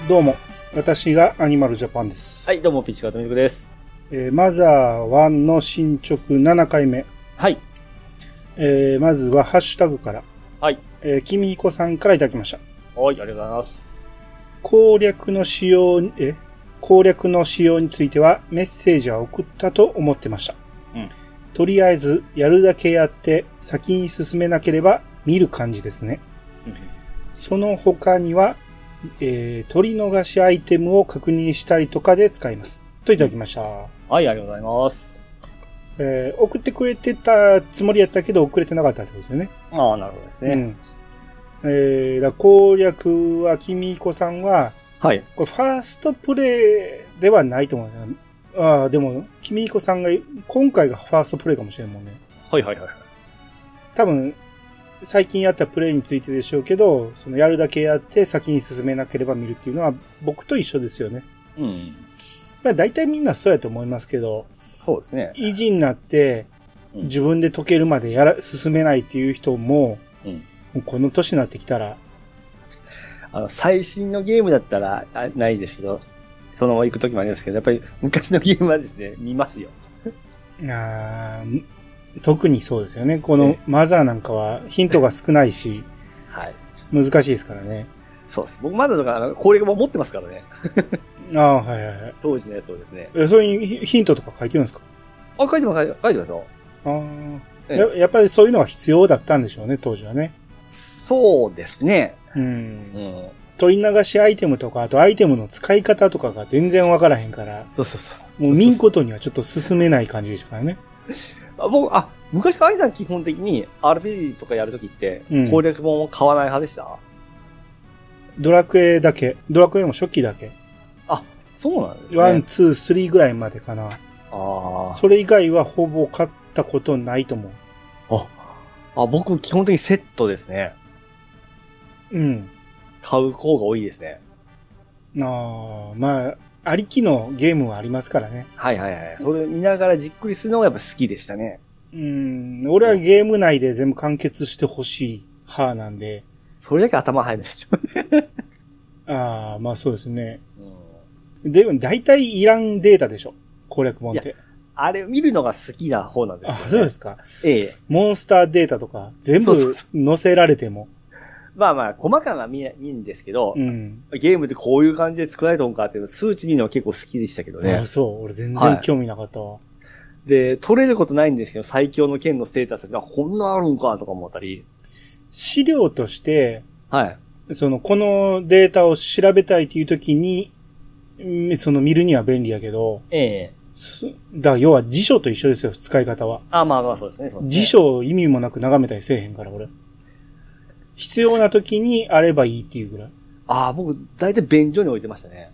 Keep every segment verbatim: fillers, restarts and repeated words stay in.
どうも、私がアニマルジャパンです。 はい、どうも、ピッチカートミルクです。 えー、マザーワンの進捗ななかいめ。 はい。 えー、まずはハッシュタグから。 はい。 えー、きみひこさんからいただきました。 はい、ありがとうございます。 攻略の仕様、え攻略の仕様についてはメッセージは送ったと思ってました。うん。とりあえず、やるだけやって先に進めなければ見る感じですね。うん、その他には、えー、取り逃しアイテムを確認したりとかで使います。といただきました。はい、 ありがとうございます。 えー、送ってくれてたつもりやったけど送れてなかったってことですよね。 ああ、なるほどですね。うん。 えー、だ攻略は、きみこさんは、 はい。 これファーストプレイではないと思うんですよ。ああ、でも、きみこさんが、今回がファーストプレイかもしれんもんね。 はいはいはい。 多分、最近やったプレイについてでしょうけど、そのやるだけやって先に進めなければ見るっていうのは僕と一緒ですよね。うん。まあ大体みんなそうやと思いますけど、 そうですね。 意地になって自分で解けるまでやら、進めないっていう人も、うん、もうこの年になってきたら。 あの、最新のゲームだったらあないですけど、そのまま行くときもありますけど、やっぱり昔のゲームはですね、見ますよ。 あー特にそうですよね。このマザーなんかはヒントが少ないし、はい。難しいですからね。 そうです。僕マザーとか攻略も持ってますからね。 ああ、はいはいはい。 当時のやつをですね。 え、そういうヒントとか書いてるんですか？ あ、書いてます、書いてますよ。 ああ、や。やっぱりそういうのが必要だったんでしょうね、当時はね。 そうですね。 うん。うん、取り流しアイテムとか、あとアイテムの使い方とかが全然わからへんから。 そうそうそう。 もう見んことにはちょっと進めない感じでしたからね。 あ僕、あ、昔からアイさん基本的に アールピージー とかやるときって、攻略本を買わない派でした、 うん、ドラクエだけ。ドラクエも初期だけ。 あ、そうなんですね。 ワン、ツー、スリーぐらいまでかな。ああ。それ以外はほぼ買ったことないと思う。 あ、あ、僕基本的にセットですね。うん。買う方が多いですね。 ああ、まあ、ありきのゲームはありますからね。 はいはいはい。それ見ながらじっくりするのがやっぱ好きでしたね。 うん。俺はゲーム内で全部完結してほしい派なんで。 それだけ頭入るでしょね。 ああ、まあそうですね。うん、でも大体いらんデータでしょ。攻略本って。 あれ見るのが好きな方なんですよ、ね。 あ、そうですか。 ええ。 モンスターデータとか全部載せられても。そうそうそうまあまあ、細かな見見んですけど、うん、ゲームでこういう感じで作られたのかっていうの数値見るのは結構好きでしたけどね。 あ、そう。俺全然興味なかったわ、はい。 で、取れることないんですけど、最強の剣のステータスがこんなあるんかとか思ったり。 資料として、 はい。 その、このデータを調べたいというときに、その見るには便利やけど、ええ。だから要は辞書と一緒ですよ、使い方は。 あ、まあまあそうですね。そうですね。 辞書を意味もなく眺めたりせえへんから、俺。必要な時にあればいいっていうぐらい。 ああ、僕、だいたい便所に置いてましたね。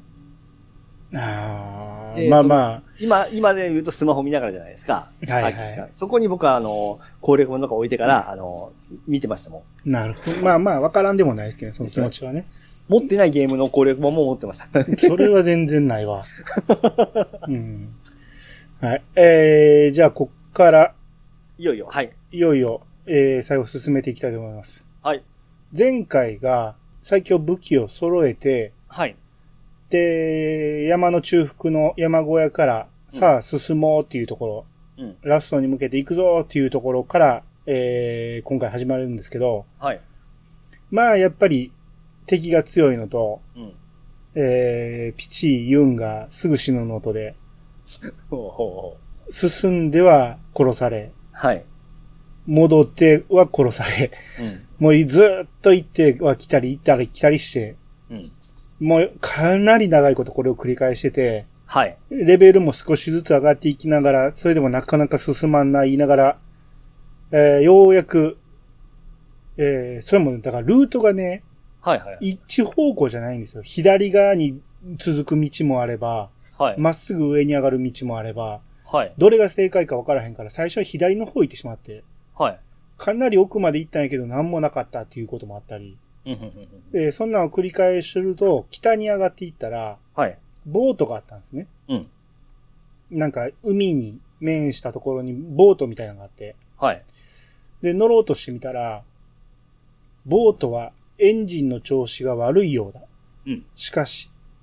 ああ、まあまあ。 今、今で言うとスマホ見ながらじゃないですか。 はいはい。 そこに僕は、あの、攻略本とか置いてから、あの、見てましたもん。なるほど。まあまあ、わからんでもないですけど、その気持ちはね。 持ってないゲームの攻略本も持ってました。 それは全然ないわ。うん。はい。えー、じゃあ、こっから。 いよいよ、はい。 いよいよ、えー、最後進めていきたいと思います。 はい。 前回が最強武器を揃えて、はい。で、山の中腹の山小屋から、さあ進もうっていうところ、うん、ラストに向けて行くぞっていうところから、えー、今回始まるんですけど、はい。まあ、やっぱり敵が強いのと、うん、えー、ピチ、ユンがすぐ死ぬのとで、ほうほうほう進んでは殺され、はい。戻っては殺され、うん、もうずーっと行っては来たり行ったり来たりして、うん、もうかなり長いことこれを繰り返してて、はい。レベルも少しずつ上がっていきながら、それでもなかなか進まない言いながら、えー、ようやく、えー、それもだからルートがね、はいはい。一方向じゃないんですよ。左側に続く道もあれば、はい。まっすぐ上に上がる道もあれば、はい。どれが正解か分からへんから、最初は左の方行ってしまって、はい。かなり奥まで行ったんやけど何もなかったっていうこともあったり。で、そんなのを繰り返しすると、北に上がっていったら、はい。ボートがあったんですね。うん。なんか、海に面したところにボートみたいなのがあって。はい。で、乗ろうとしてみたら、ボートはエンジンの調子が悪いようだ。うん。しかし、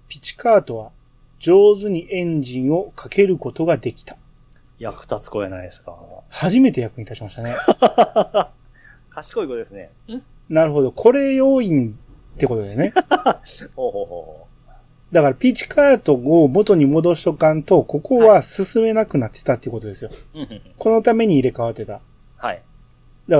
ピチカートは上手にエンジンをかけることができた。 役立つ子やないですか。 初めて役に立ちましたね。 賢い子ですね。 なるほど。これ要因ってことだよね。 ほうほうほう。 だからピチカートを元に戻しとかんと、ここは進めなくなってたっていうことですよ。はい、このために入れ替わってた。 はい。だから、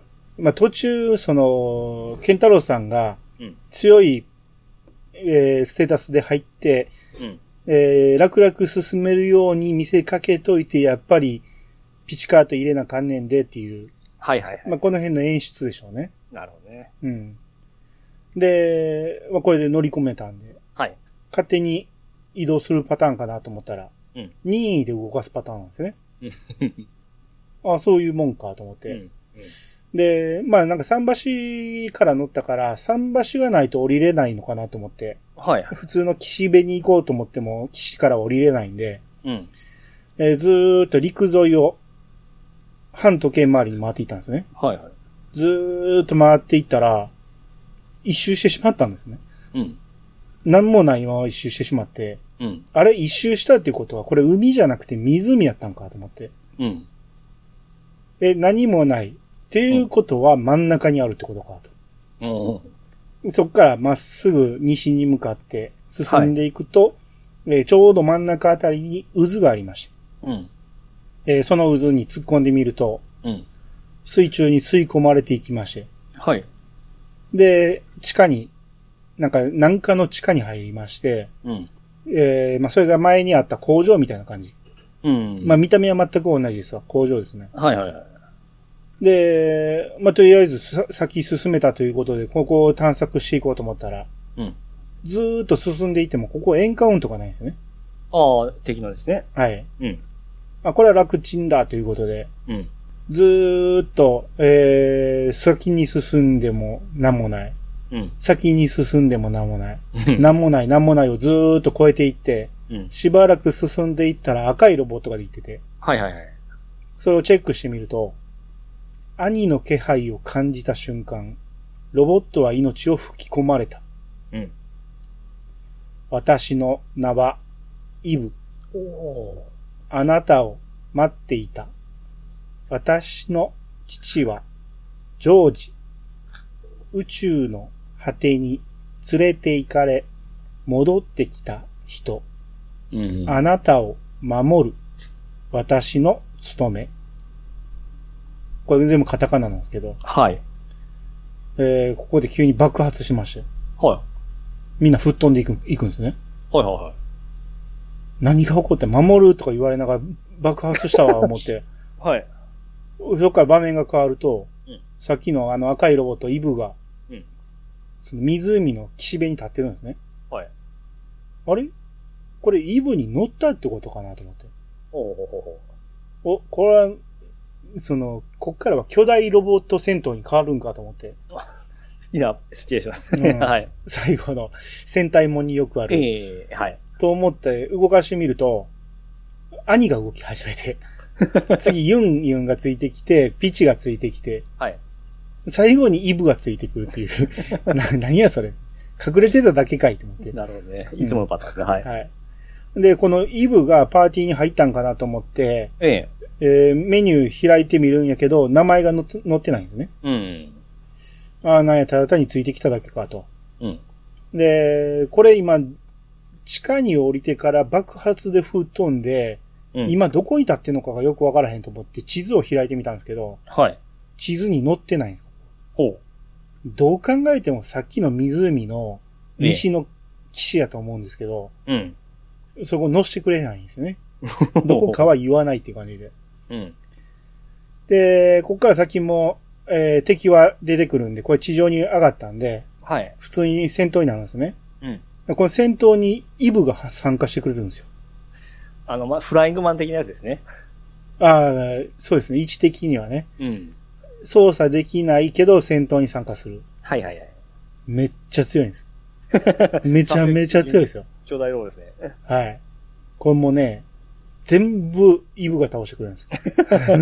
まあ、途中、その、ケンタロウさんが強い、うん、えー、ステータスで入って、うんえー、楽々進めるように見せかけといて、やっぱり、ピチカート入れなかんねんでっていう。 はいはいはい。 まあ、この辺の演出でしょうね。 なるほどね。 うん。で、まあ、これで乗り込めたんで。 はい。 勝手に移動するパターンかなと思ったら、うん、任意で動かすパターンなんですよね。ああ、そういうもんかと思って。うんうん、で、まあなんか桟橋から乗ったから、桟橋がないと降りれないのかなと思って。 はい。 普通の岸辺に行こうと思っても、岸から降りれないんで、 うんえー、ずーっと陸沿いを半時計回りに回っていったんですね。 はいはい。 ずーっと回っていったら、一周してしまったんですね。 うん。 なんもないまま一周してしまって、 うん。 あれ一周したっていうことは、これ海じゃなくて湖やったんかと思って。 うん。 え、何もない。っていうことは真ん中にあるってことかと。 うん。 そっからまっすぐ西に向かって進んでいくと、はいえー、ちょうど真ん中あたりに渦がありました。 うん。 えー、その渦に突っ込んでみると、 うん。 水中に吸い込まれていきまして。 はい。 で、地下に、なんか、なんかの地下に入りまして、 うん。 えー、まあ、それが前にあった工場みたいな感じ。 うん。 まあ、見た目は全く同じですわ。工場ですね。 はいはいはい。 で、まあ、とりあえず先進めたということで、ここを探索していこうと思ったら、 うん。 ずーっと進んでいっても、ここエンカウントがないんですよね。 ああ、敵のですね。 はい。 うん。 まあ、これは楽ちんだということで、 うん。 ずーっと、えー、先に進んでも何もない。 うん。 先に進んでも何もない。何もない、何もないをずーっと超えていって、うん、しばらく進んでいったら赤いロボットができてて、 はいはいはい。 それをチェックしてみると、兄の気配を感じた瞬間、ロボットは命を吹き込まれた。 うん。 私の名は、イブ。 おあなたを待っていた。私の父は、ジョージ。宇宙の果てに連れて行かれ、戻ってきた人。 うんうん、 あなたを守る。私の務め。これ全部カタカナなんですけど。 はい。 えー、ここで急に爆発しまして。 はい。 みんな吹っ飛んでいく、いくんですね。 はいはいはい。 何が起こって守るとか言われながら爆発したわ、思って。 はい。 そこから場面が変わると、 うん、 さっきのあの赤いロボット、イブが、 うん、 その湖の岸辺に立ってるんですね。 はい。 あれこれイブに乗ったってことかなと思って。 おほほほお、これは、その、こっからは巨大ロボット戦闘に変わるんかと思って。 いいな、シチュエーション。うん、はい。 最後の戦隊もによくある。 ええー、はい。 と思って動かしてみると、兄が動き始めて、次ユンユンがついてきて、ピチがついてきて、 はい。 最後にイブがついてくるっていう。な、何やそれ。隠れてただけかいと思って。 なるほどね。いつものパターンですね。はい。 はい。で、このイブがパーティーに入ったんかなと思って、 ええ。 えー、メニュー開いてみるんやけど、名前が載って、載ってないんですね。 うん。 ああ、なんや、ただ単についてきただけかと。 うん。 で、これ今、地下に降りてから爆発で吹っ飛んで、うん、今どこに立ってんのかがよくわからへんと思って地図を開いてみたんですけど、 はい。 地図に載ってないんです。 ほう。 どう考えてもさっきの湖の西の岸やと思うんですけど、 うん。 そこ載せてくれないんですね。どこかは言わないっていう感じで。 うん。 で、ここから先も、えー、敵は出てくるんで、これ地上に上がったんで、 はい。 普通に戦闘になるんですね。 うん。 この戦闘にイブが参加してくれるんですよ。 あの、ま、フライングマン的なやつですね。 ああ、そうですね。位置的にはね。 うん。 操作できないけど戦闘に参加する。 はいはいはい。 めっちゃ強いんです。めちゃめちゃ強いですよ。 巨大ロボですね。 はい。これもね、全部イブが倒してくれるんです。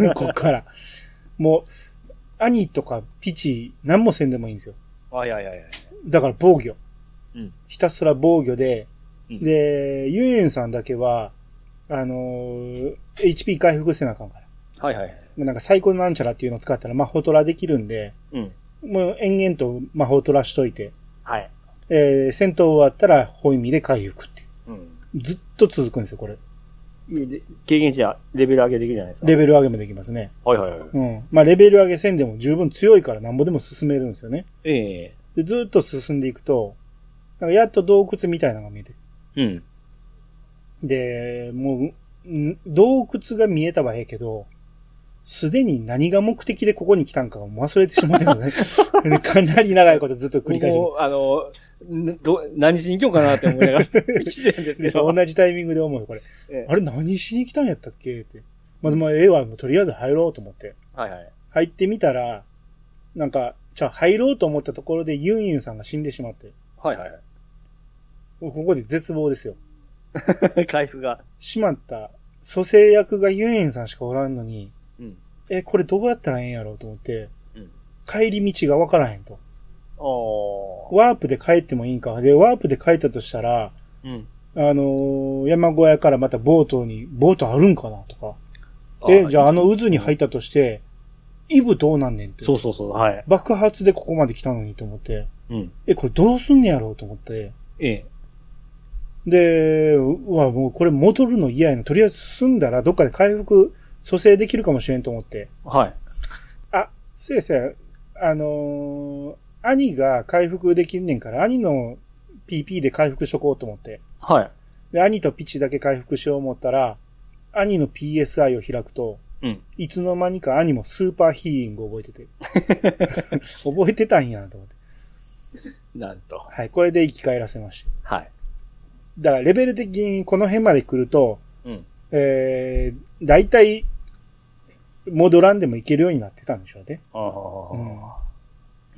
こっから。もう、兄とかピチ何もせんでもいいんですよ。 はいはいはいはい。 だから防御。 うん、ひたすら防御で、うん、で、ユンユンさんだけは、あのー、エイチピー 回復せなあかんから。 はいはい。 なんか最高のなんちゃらっていうのを使ったら魔法トラできるんで、うん、もう延々と魔法トラしといて、 はい。 えー、戦闘終わったらホイミで回復っていう、うん。ずっと続くんですよ、これ。 経験値はレベル上げできるじゃないですか。 レベル上げもできますね。 はいはいはい。 うん。まあレベル上げせんでも十分強いからなんぼでも進めるんですよね。 ええー、でずっと進んでいくと、なんかやっと洞窟みたいなのが見えてる。うん。で、もう、洞窟が見えたはええけど、すでに何が目的でここに来たんかを忘れてしまってるのね。かなり長いことずっと繰り返してる。 もう、あの、ど、何しに行こうかなって思いながら、 で同じタイミングで思うこれ、ええ。あれ何しに来たんやったっけって。まあ、まあ、ええわ、もうとりあえず入ろうと思って。 はいはい。 入ってみたら、なんか、じゃあ入ろうと思ったところでユンユンさんが死んでしまって。 はいはい。 ここで絶望ですよ。 回復が。 しまった。蘇生役がユンユンさんしかおらんのに、うん、え、これどうやったらええんやろうと思って、うん、帰り道がわからへんと。ワープで帰ってもいいんか。で、ワープで帰ったとしたら、うん、あのー、山小屋からまたボートに、ボートあるんかなとか。え、じゃああの渦に入ったとして、イブどうなんねんって。 そうそうそう、はい。 爆発でここまで来たのにと思って、うん、え、これどうすんねやろうと思って。 ええ。 で、うわ、もうこれ戻るの嫌やな。とりあえず進んだらどっかで回復、蘇生できるかもしれんと思って。 はい。 あ、せいせい、あのー、兄が回復できんねんから、兄の ピーピー で回復しとこうと思って。 はい。 で、兄とピチだけ回復しよう思ったら、兄の ピーエスアイ を開くと、うん。いつの間にか兄もスーパーヒーリングを覚えてて。覚えてたんやなと思って。 なんと。 はい、これで生き返らせました。 はい。 だからレベル的にこの辺まで来ると、うん。えー、だいたい、戻らんでもいけるようになってたんでしょうね。ああ、うん。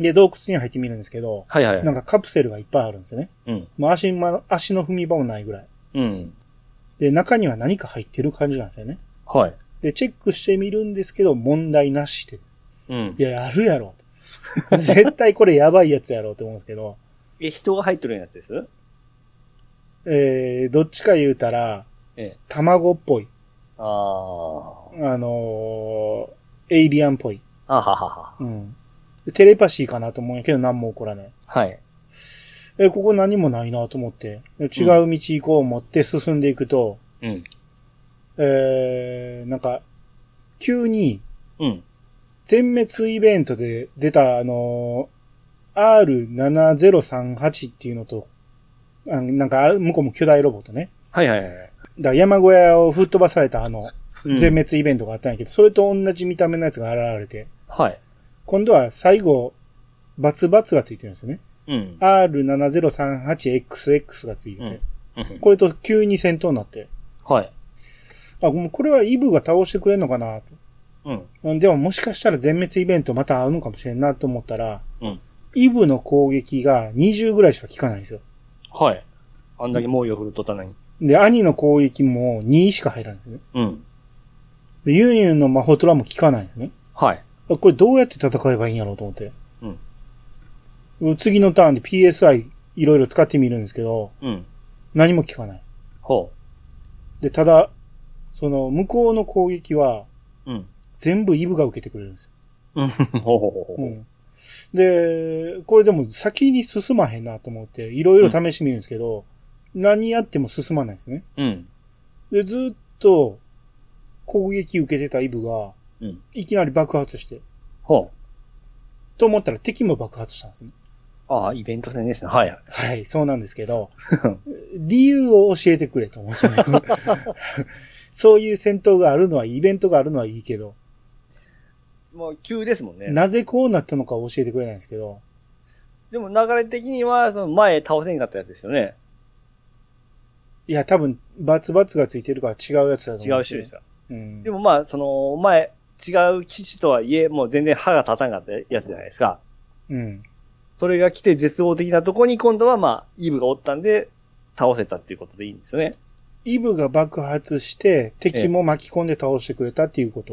で、洞窟に入ってみるんですけど、はいはい、はい。なんかカプセルがいっぱいあるんですよね。うん。もう足ま、足の踏み場もないぐらい。うん。で、中には何か入ってる感じなんですよね。はい。で、チェックしてみるんですけど、問題なしで。うん。いや、あるやろ。絶対これやばいやつやろうと思うんですけど。 え、人が入ってるやつです？ えー、どっちか言うたら、ええ、卵っぽい。ああ。あのー、エイリアンっぽい。 あははは。 うん。テレパシーかなと思うんやけど何も起こらない。はい。え、ここ何もないなと思って、違う道行こう思って進んでいくと、うん。えー、なんか、急に、うん。全滅イベントで出たあのー、アールななぜろさんはち っていうのと、あなんか、向こうも巨大ロボットね。 はいはいはい。 だから山小屋を吹っ飛ばされたあの、全滅イベントがあったんやけど、うん、それと同じ見た目のやつが現れて。はい。今度は最後、バツバツがついてるんですよね。うん。アールななぜろさんはちエックスエックス がついてて。うん。これと急に戦闘になって。はい。あ、もうこれはイブが倒してくれんのかなと。うん。でももしかしたら全滅イベントまた合うのかもしれんなと思ったら、うん。イブの攻撃がにじゅうぐらいしか効かないんですよ。 はい。あんだけ猛威を振るっとったのに。 で、兄の攻撃もにしか入らないんですね。うん。で、ユンユンの魔法トラも効かないんですね。はい。これどうやって戦えばいいんやろうと思って。うん。次のターンで ピーエスアイ いろいろ使ってみるんですけど、うん。何も効かない。ほう。で、ただ、その、向こうの攻撃は、うん。全部イブが受けてくれるんですよ。うん。ほうほうほう。うん。で、これでも先に進まへんなと思って、いろいろ試してみるんですけど、うん、何やっても進まないですね。うん。で、ずっと攻撃受けてたイブが、うん、いきなり爆発して。ほう。と思ったら敵も爆発したんですね。 ああ、イベント戦ですね。はい。 はい、そうなんですけど、理由を教えてくれと思うんですよね。そういう戦闘があるのは、イベントがあるのはいいけど、 もう急ですもんね。 なぜこうなったのか教えてくれないんですけど。 でも流れ的には、その前倒せんかったやつですよね。 いや、多分、バツバツがついてるから違うやつだと思う。違う種類でした。うん。でもまあ、その、前、違う機種とはいえ、もう全然歯が立たんかったやつじゃないですか。うん。それが来て絶望的なとこに今度はまあ、イブがおったんで、倒せたっていうことでいいんですよね。 イブが爆発して、敵も巻き込んで倒してくれたっていうこと。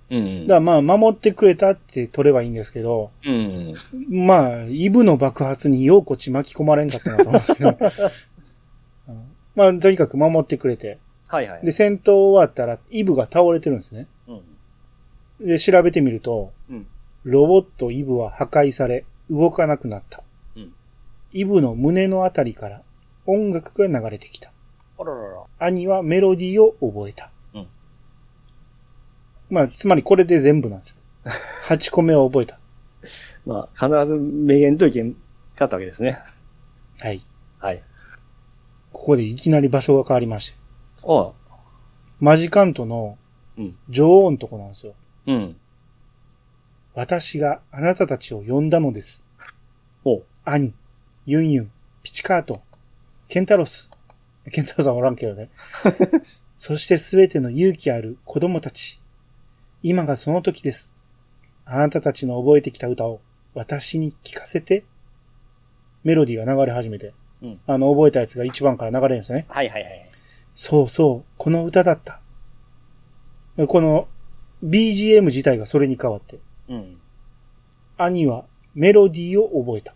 うん。 だからまあ、守ってくれたって取ればいいんですけど、 うん。 まあ、イブの爆発にようこっち巻き込まれんかったなと思うんですけど、うん、まあ、とにかく守ってくれて、 はいはい。 で、戦闘終わったら、イブが倒れてるんですね。うん。で、調べてみると、うん、ロボットイブは破壊され、動かなくなった。うん。イブの胸のあたりから音楽が流れてきた。 あららら。 兄はメロディーを覚えた。うん。まあ、つまりこれで全部なんですよ。はちこめを覚えた。 まあ、必ず名言と意見があったわけですね。 はい。 はい。 ここでいきなり場所が変わりまして。 ああ。 マジカントの女王のとこなんですよ。 うん。 私があなたたちを呼んだのです。 お兄、ユンユン、ピチカート、ケンタロス。ケンタロスはおらんけどね。そしてすべての勇気ある子供たち。今がその時です。あなたたちの覚えてきた歌を私に聞かせて。メロディーが流れ始めて。うん、あの、覚えたやつが一番から流れるんですね。 はいはいはい。 そうそう、この歌だった。この ビージーエム 自体がそれに変わって。うん。兄はメロディーを覚えた。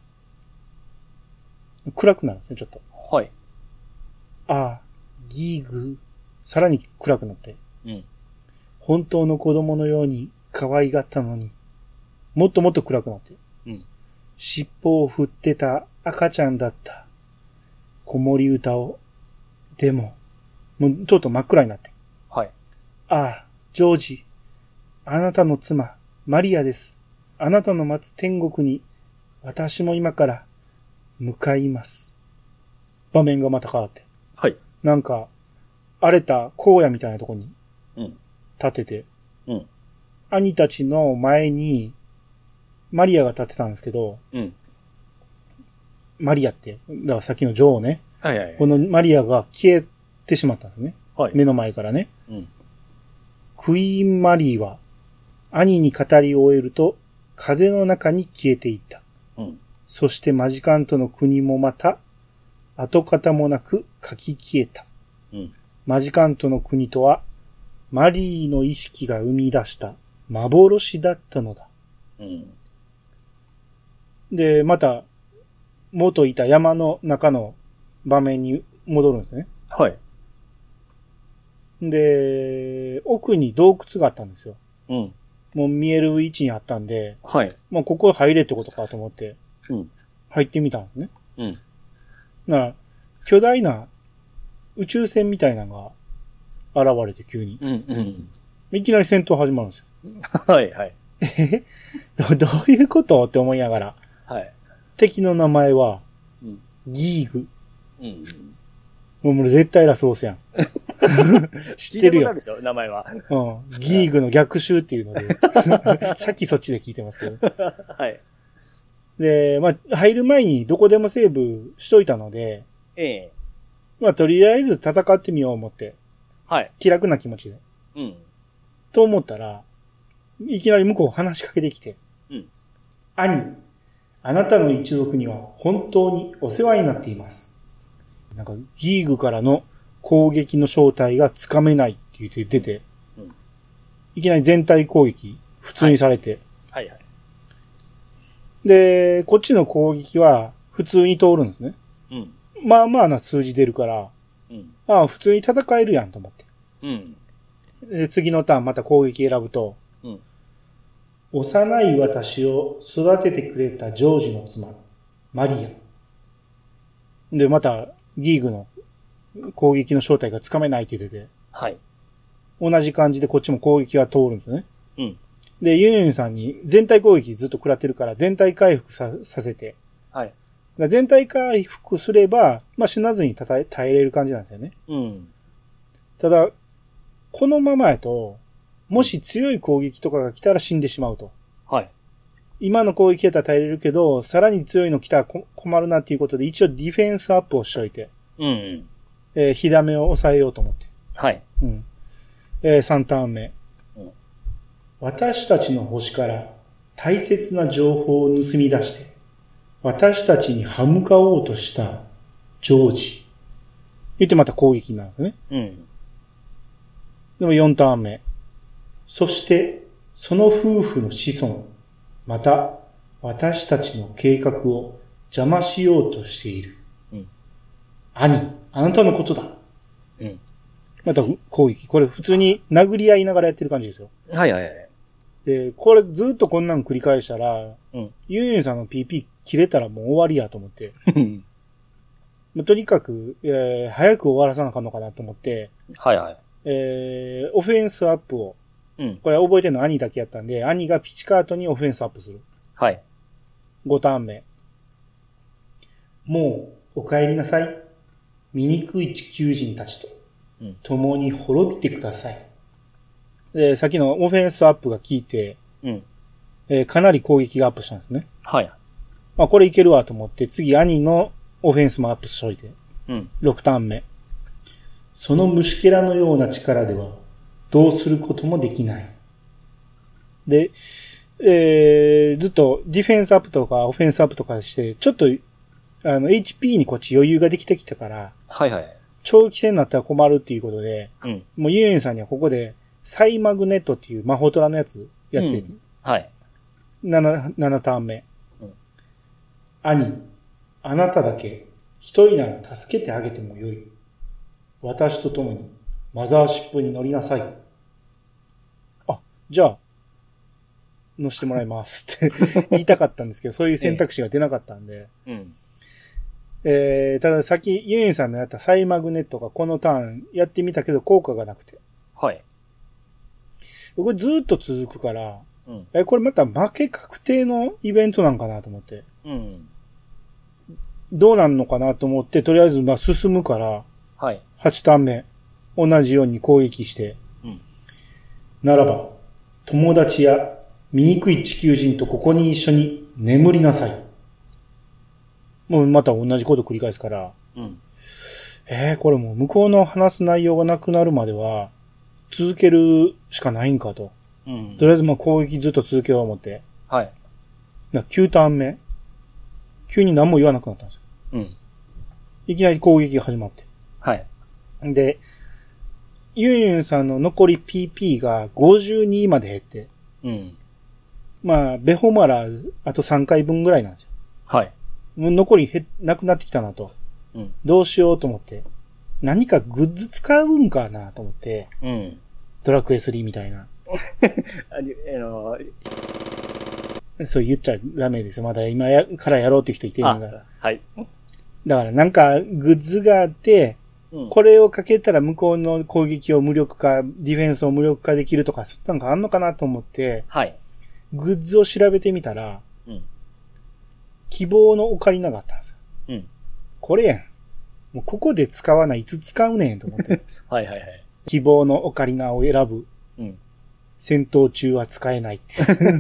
暗くなるんですね、ちょっと。 はい。 ああ、ギーグ。さらに暗くなって。うん。本当の子供のように可愛がったのに。もっともっと暗くなって。うん。尻尾を振ってた赤ちゃんだった。子守歌を。でも、もうとうとう真っ暗になって。 はい。 ああ、ジョージ。あなたの妻、マリアです。あなたの待つ天国に、私も今から向かいます。場面がまた変わって。 はい。 なんか、荒れた荒野みたいなとこに、立てて、うん。うん。兄たちの前に、マリアが立ってたんですけど、うん。マリアって、だからさっきの女王ね。 はいはいはい。 このマリアが消えてしまったんですね。はい。目の前からね。うん。クイーンマリーは、兄に語り終えると、風の中に消えていった。うん。そしてマジカントの国もまた、跡形もなく書き消えた。うん。マジカントの国とは、マリーの意識が生み出した幻だったのだ。うん。で、また、元いた山の中の場面に戻るんですね。 はい。 で、奥に洞窟があったんですよ。 うん。 もう見える位置にあったんで、 はい。 もうここ入れってことかと思って、 うん。 入ってみたんですね。 うん。 な、巨大な宇宙船みたいなのが現れて急に。 うんうん。 いきなり戦闘始まるんですよ。 はいはい。 えど、どういうことって思いながら。 はい。 敵の名前は、 うん、 ギーグ。 うん。 もう、もう絶対ラスボスやん。知ってるよ。 聞いたことあるでしょ、名前は。 うん。ギーグの逆襲っていうので。さっきそっちで聞いてますけど。 はい。 で、まあ、入る前にどこでもセーブしといたので、 ええ。 まあ、とりあえず戦ってみよう思って。 はい。 気楽な気持ちで。 うん。 と思ったら、いきなり向こう話しかけてきて。 うん。 兄、あなたの一族には本当にお世話になっています。なんか、ギーグからの攻撃の正体がつかめないって言って出て、うん、いきなり全体攻撃、普通にされて、 はい。はいはい。 で、こっちの攻撃は普通に通るんですね。 うん。 まあまあな数字出るから、 うん。 ああ、普通に戦えるやんと思って。 うん。 で、次のターンまた攻撃選ぶと、 うん。 幼い私を育ててくれたジョージの妻、マリア。で、また、ギーグの攻撃の正体がつかめないって出て。 はい。 同じ感じでこっちも攻撃は通るんですよね。 うん。 で、ユンユンさんに全体攻撃ずっと食らってるから全体回復さ、させて。 はい。 全体回復すれば、まあ、死なずに耐え、耐えれる感じなんですよね。 うん。 ただ、このままやと、もし強い攻撃とかが来たら死んでしまうと。 はい。 今の攻撃やったら耐えれるけど、さらに強いの来たら困るなっていうことで、一応ディフェンスアップをしといて。 うん、うん。 えー、火ダメを抑えようと思って。 はい。 うん。えー、さんターン目。 うん。 私たちの星から大切な情報を盗み出して、私たちに歯向かおうとしたジョージ。言ってまた攻撃になるんですね。 うん。 でもよんターン目。そして、 その夫婦の子孫、また私たちの計画を邪魔しようとしている。うん、兄、あなたのことだ。うん、また攻撃。これ普通に殴り合いながらやってる感じですよ。 はいはいはい。 で、これずっとこんなん繰り返したら、うん、ユンユンさんの ピーピー 切れたらもう終わりやと思って。とにかく、えー、早く終わらさなあかんのかなと思って。 はいはい。 えー、オフェンスアップを。うん。これ覚えてるの兄だけやったんで、兄がピチカートにオフェンスアップする。 はい。 ごターン目。もう、お帰りなさい。醜い地球人たちと、うん、共に滅びてください。で、さっきのオフェンスアップが効いて、うん。えー、かなり攻撃がアップしたんですね。 はい。 まあ、これいけるわと思って、次兄のオフェンスもアップしといて。うん。ろくターン目。その虫けらのような力では、どうすることもできない。で、えー、ずっとディフェンスアップとかオフェンスアップとかして、ちょっと、あの、エイチピー にこっち余裕ができてきたから、 はいはい。 長期戦になったら困るっていうことで、うん。もうユンユンさんにはここで、サイマグネットっていう魔法トラのやつやって、うん、 はい。 なな、ななターン目。うん。兄、あなただけ、一人なら助けてあげてもよい。私と共に、マザーシップに乗りなさい。あ、じゃあ、乗してもらいますって言いたかったんですけど、そういう選択肢が出なかったんで。ええ、うんえー、たださっきユンユンさんのやったサイマグネットがこのターンやってみたけど効果がなくて。 はい。 これずーっと続くから、うん、え、これまた負け確定のイベントなんかなと思って。うん。どうなんのかなと思って、とりあえずまあ進むから、 はい。 はちターン目。同じように攻撃して。うん。ならば、友達や醜い地球人とここに一緒に眠りなさい。もうまた同じこと繰り返すから。うん。えー、これもう向こうの話す内容がなくなるまでは、続けるしかないんかと。うん。とりあえずまあ攻撃ずっと続けようと思って。 はい。 なきゅうターン目。急に何も言わなくなったんですよ。うん。いきなり攻撃が始まって。 はい。 で、ユンユンさんの残り ピーピー がごじゅうにまで減って。うん。まあ、ベホマラあとさんかいぶんぐらいなんですよ。 はい。 もう残りへ、なくなってきたなと。うん。どうしようと思って。何かグッズ使うんかなと思って。うん。ドラクエスリーみたいな。 あのそう言っちゃダメですよ。まだ今やからやろうって人いてるんだから。 はい。 だからなんかグッズがあって、うん、これをかけたら向こうの攻撃を無力化、ディフェンスを無力化できるとか、そんなのがあんのかなと思って、 はい。 グッズを調べてみたら、うん、希望のオカリナがあったんですよ。うん。これやん。もうここで使わない、いつ使うねんと思って。 はいはいはい。 希望のオカリナを選ぶ。うん。戦闘中は使えないって。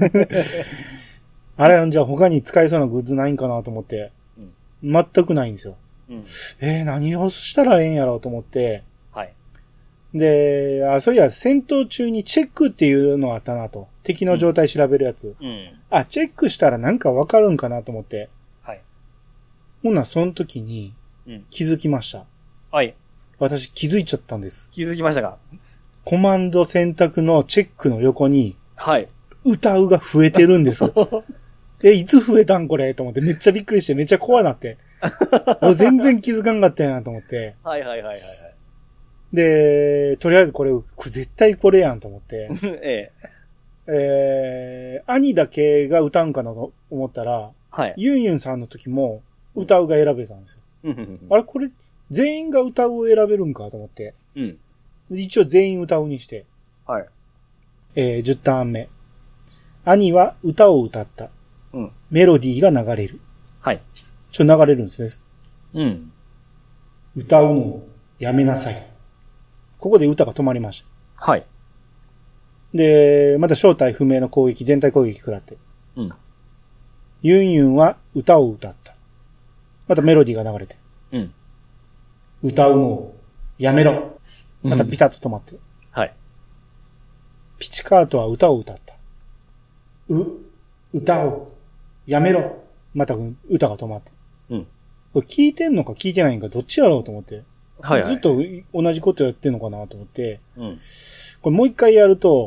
あれ、じゃあ他に使えそうなグッズないんかなと思って。うん、全くないんですよ。うん、えー、何をしたらええんやろうと思って。 はい。 で、あ、そういや、戦闘中にチェックっていうのあったなと。敵の状態調べるやつ。うん。うん、あ、チェックしたらなんかわかるんかなと思って。 はい。 ほんならその時に気づきました。うん、 はい。 私気づいちゃったんです。 気づきましたか？ コマンド選択のチェックの横に、 はい。 歌うが増えてるんです。え、いつ増えたんこれと思ってめっちゃびっくりしてめっちゃ怖なって。俺全然気づかんかったんやなと思って。 はいはいはいはい。 で、とりあえずこれ、絶対これやんと思って。 ええ。えー、兄だけが歌うんかなと思ったら、 はい。 ユンユンさんの時も歌うが選べたんですよ。あれこれ、全員が歌うを選べるんかと思って。うん。一応全員歌うにして。 はい。 えー、じゅうターン目。兄は歌を歌った。うん。メロディーが流れる。 はい。 ちょっと流れるんですね。 うん。 歌うのをやめなさい。ここで歌が止まりました。 はい。 で、また正体不明の攻撃、全体攻撃食らって。うん。ユンユンは歌を歌った。またメロディーが流れて。 うん。 歌うのをやめろ。またピタッと止まって。うん、 はい。 ピチカートは歌を歌った。う、歌をやめろ。また歌が止まって。 うん。 これ聞いてんのか聞いてないんかどっちやろうと思って。 はいはい。 ずっと同じことやってんのかなと思って。 うん。 これもう一回やると、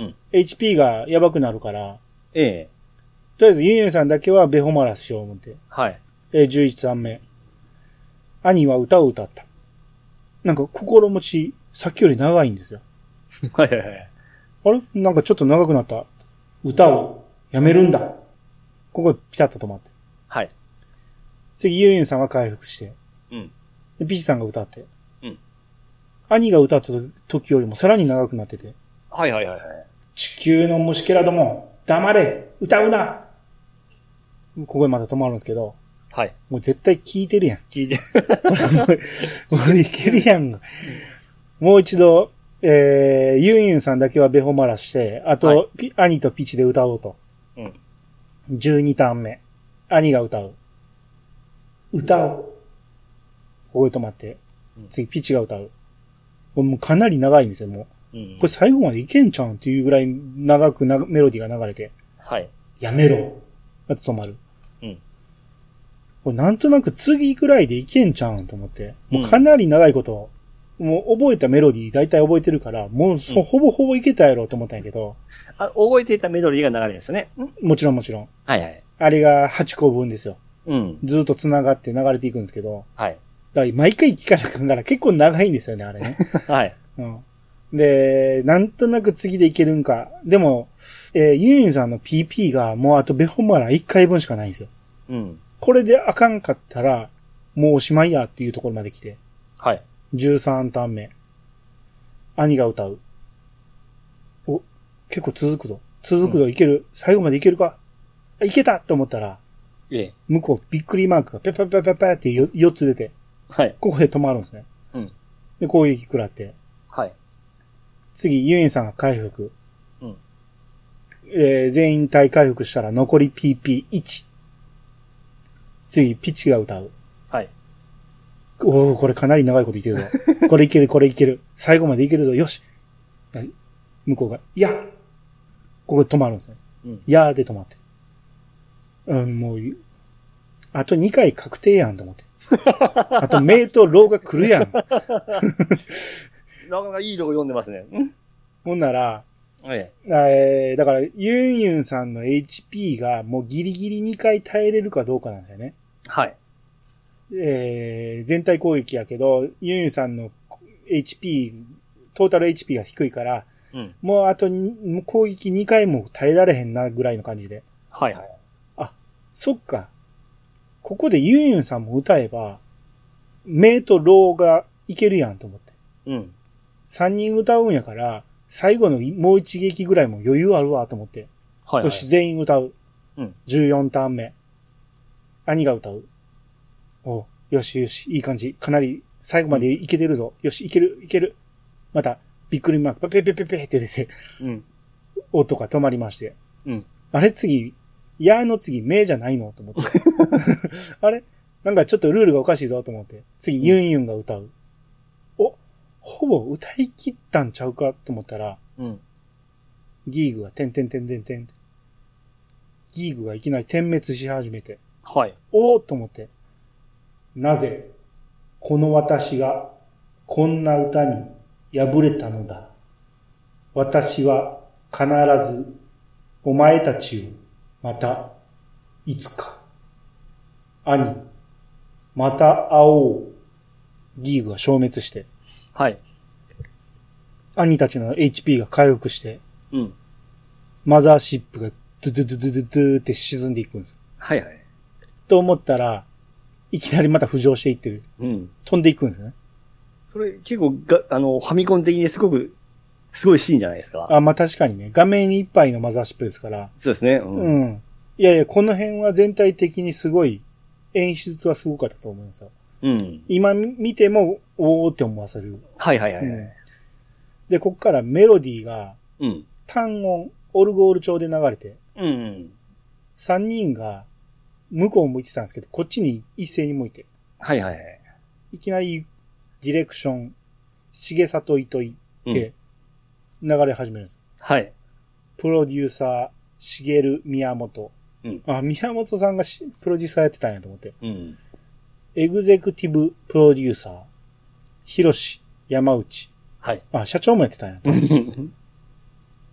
うん。 エイチピー がやばくなるから、 ええ。 とりあえずユンユンさんだけはベホマラスしよう思って。 はい。 えー、じゅういちさんめ。兄は歌を歌った。なんか心持ち、さっきより長いんですよ。 はいはいはい。 あれなんかちょっと長くなった。歌をやめるんだ。ここでピタッと止まって。 はい。 次、ユンユンさんは回復して。 うん。 で、ピチさんが歌って。 うん。 兄が歌った時よりもさらに長くなってて。 はいはいはいはい。 地球の虫けらども、黙れ歌うなここでまた止まるんですけど。 はい。 もう絶対聞いてるやん。 聞いてる。 もういけるやん。もう一度、えー、ユンユンさんだけはベホマラして、あと、はい、兄とピチで歌おうと。 うん。 じゅうにターン目。兄が歌う。歌おう。ここで止まって。次、ピチが歌う。もうかなり長いんですよ、もう。うん、これ最後までいけんちゃうんっていうぐらい長くなメロディーが流れて。 はい。 やめろ。あと止まる。 うん。 これなんとなく次ぐらいでいけんちゃうんと思って。もうかなり長いこと、うん、もう覚えたメロディー大体覚えてるから、もう、うん、ほぼほぼいけたやろうと思ったんやけど。 あ、覚えていたメロディーが流れるんですね。 もちろんもちろん。 はいはい。 あれがはちこぶんですよ。 うん。 ずっと繋がって流れていくんですけど。 はい。 だから毎回聞かなくなら結構長いんですよね、あれね。 はい。 うん。で、なんとなく次でいけるんか。でも、えー、ユンユンさんの ピーピー がもうあとベホマラいっかいぶんしかないんですよ。 うん。 これであかんかったら、もうおしまいやっていうところまで来て。 はい。 じゅうさんターン目。兄が歌う。お、結構続くぞ。続くぞ、うん、いける。最後までいけるかいけたと思ったら、 ええ。 向こうびっくりマークがペペペペペってよっつ出て。 はい。 ここで止まるんですね。 うん。 で、攻撃食らって。 はい。 次、ユンユンさんが回復。 うん。 えー、全員体回復したら残り ピーピーいち。次、ピッチが歌う。 はい。 おー、これかなり長いこと言ってるぞ。これいける、これいける。最後までいけるぞ。よし。向こうが、いやここで止まるんですね。うん。いやーで止まって。うん、もう、あとにかい確定やんと思って。あと、メイとローが来るやん。なかなかいいとこ読んでますね。 ほんなら、 はい、 えー、だから、ユンユンさんの エイチピー がもうギリギリにかい耐えれるかどうかなんだよね。 はい。 えー、全体攻撃やけど、ユンユンさんの エイチピー、トータル エイチピー が低いから、うん、もうあとに攻撃にかいも耐えられへんなぐらいの感じで。 はいはい。 あ、そっか。ここでユンユンさんも歌えば、メイとローがいけるやんと思って。 うん。 三人歌うんやから、最後のもう一撃ぐらいも余裕あるわと思って。はい、はい。よし、全員歌う。うん。じゅうよんターン目。兄が歌う。お、よしよし、いい感じ。かなり最後までいけてるぞ。うん、よし、いける、いける。また、びっくりマーク、ペペペペペって出て。うん。音が止まりまして。うん。あれ次、やーの次、めじゃないのと思って。あれなんかちょっとルールがおかしいぞと思って。次、ユンユンが歌う。お、ほぼ歌い切ったんちゃうかと思ったら、うん。ギーグがてんてんてんてんてん。ギーグがいきなり点滅し始めて。 はい。 おーと思って。なぜ、この私が、こんな歌に敗れたのだ。私は必ず、お前たちを、また、いつか。兄、また会おう。ギーグが消滅して。 はい。 兄たちの エイチピー が回復して。 うん。 マザーシップがドゥドゥドゥドゥドゥドゥって沈んでいくんです。 はいはい。 と思ったら、いきなりまた浮上していってる。うん。飛んでいくんですね。 それ結構が、あの、ファミコン的にすごく、すごいシーンじゃないですか。 あ、まあ確かにね。画面いっぱいのマザーシップですから。 そうですね。うん。 うん。いやいや、この辺は全体的にすごい、演出はすごかったと思うんですよ。うん。今見ても、おーって思わせる。 はいはいはい、はいうん。 で、こっからメロディーが、 うん。 単音、オルゴール調で流れて、 うん、うん。 三人が、向こう向いてたんですけど、こっちに一斉に向いて。 はいはいはい。 いきなり、ディレクション、重里糸井って流れ始めるんです。 うん、はい。 プロデューサー、茂宮本。うん、あ、宮本さんがプロデューサーやってたんやと思って。 うん、 エグゼクティブプロデューサー、広志山内。 はい。 あ、社長もやってたんやと。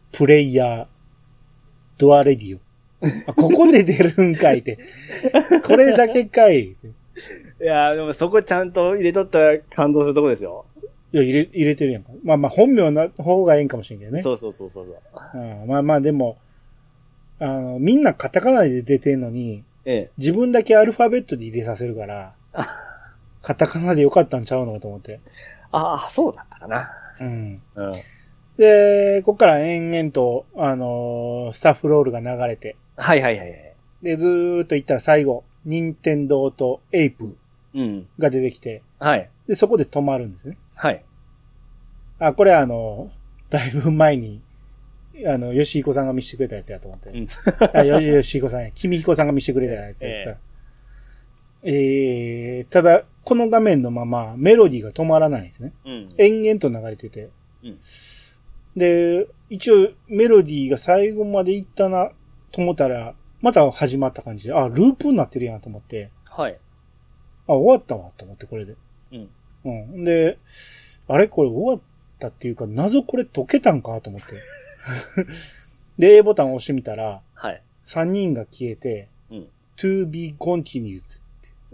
プレイヤー、ドアレディオ。あ、ここで出るんかいって。これだけかい。いや、でもそこちゃんと入れとったら感動するとこですよ。 いや、入れ、入れてるやんか。まあまあ、本名の方がいいんかもしれんけどね。 そうそうそうそう。 うん、まあまあ、でも、あの、みんなカタカナで出てんのに、ええ、自分だけアルファベットで入れさせるから、カタカナでよかったんちゃうのかと思って。 ああ、そうだったかな。 うん。うん、で、こっから延々と、あのー、スタッフロールが流れて。 はいはいはい。 で、ずーっと行ったら最後、任天堂とエイプが出てきて、 うん、はい。 で、そこで止まるんですね。 はい。 あ、これあの、だいぶ前に、あの、吉彦さんが見せてくれたやつやと思って。うん、あ、よ、吉彦さんや、君彦さんが見せてくれたやつやった。えー、えー、ただ、この画面のままメロディーが止まらないんですね。うん、延々と流れてて。うん、で、一応メロディーが最後までいったなと思ったら、また始まった感じで、あ、ループになってるやんと思って。 はい。 あ、終わったわと思って、これで。うん。うん。で、あれこれ終わったっていうか、謎これ解けたんかと思って。で、A ボタンを押してみたら、はい。さんにんが消えて、うん。to be continued。うん。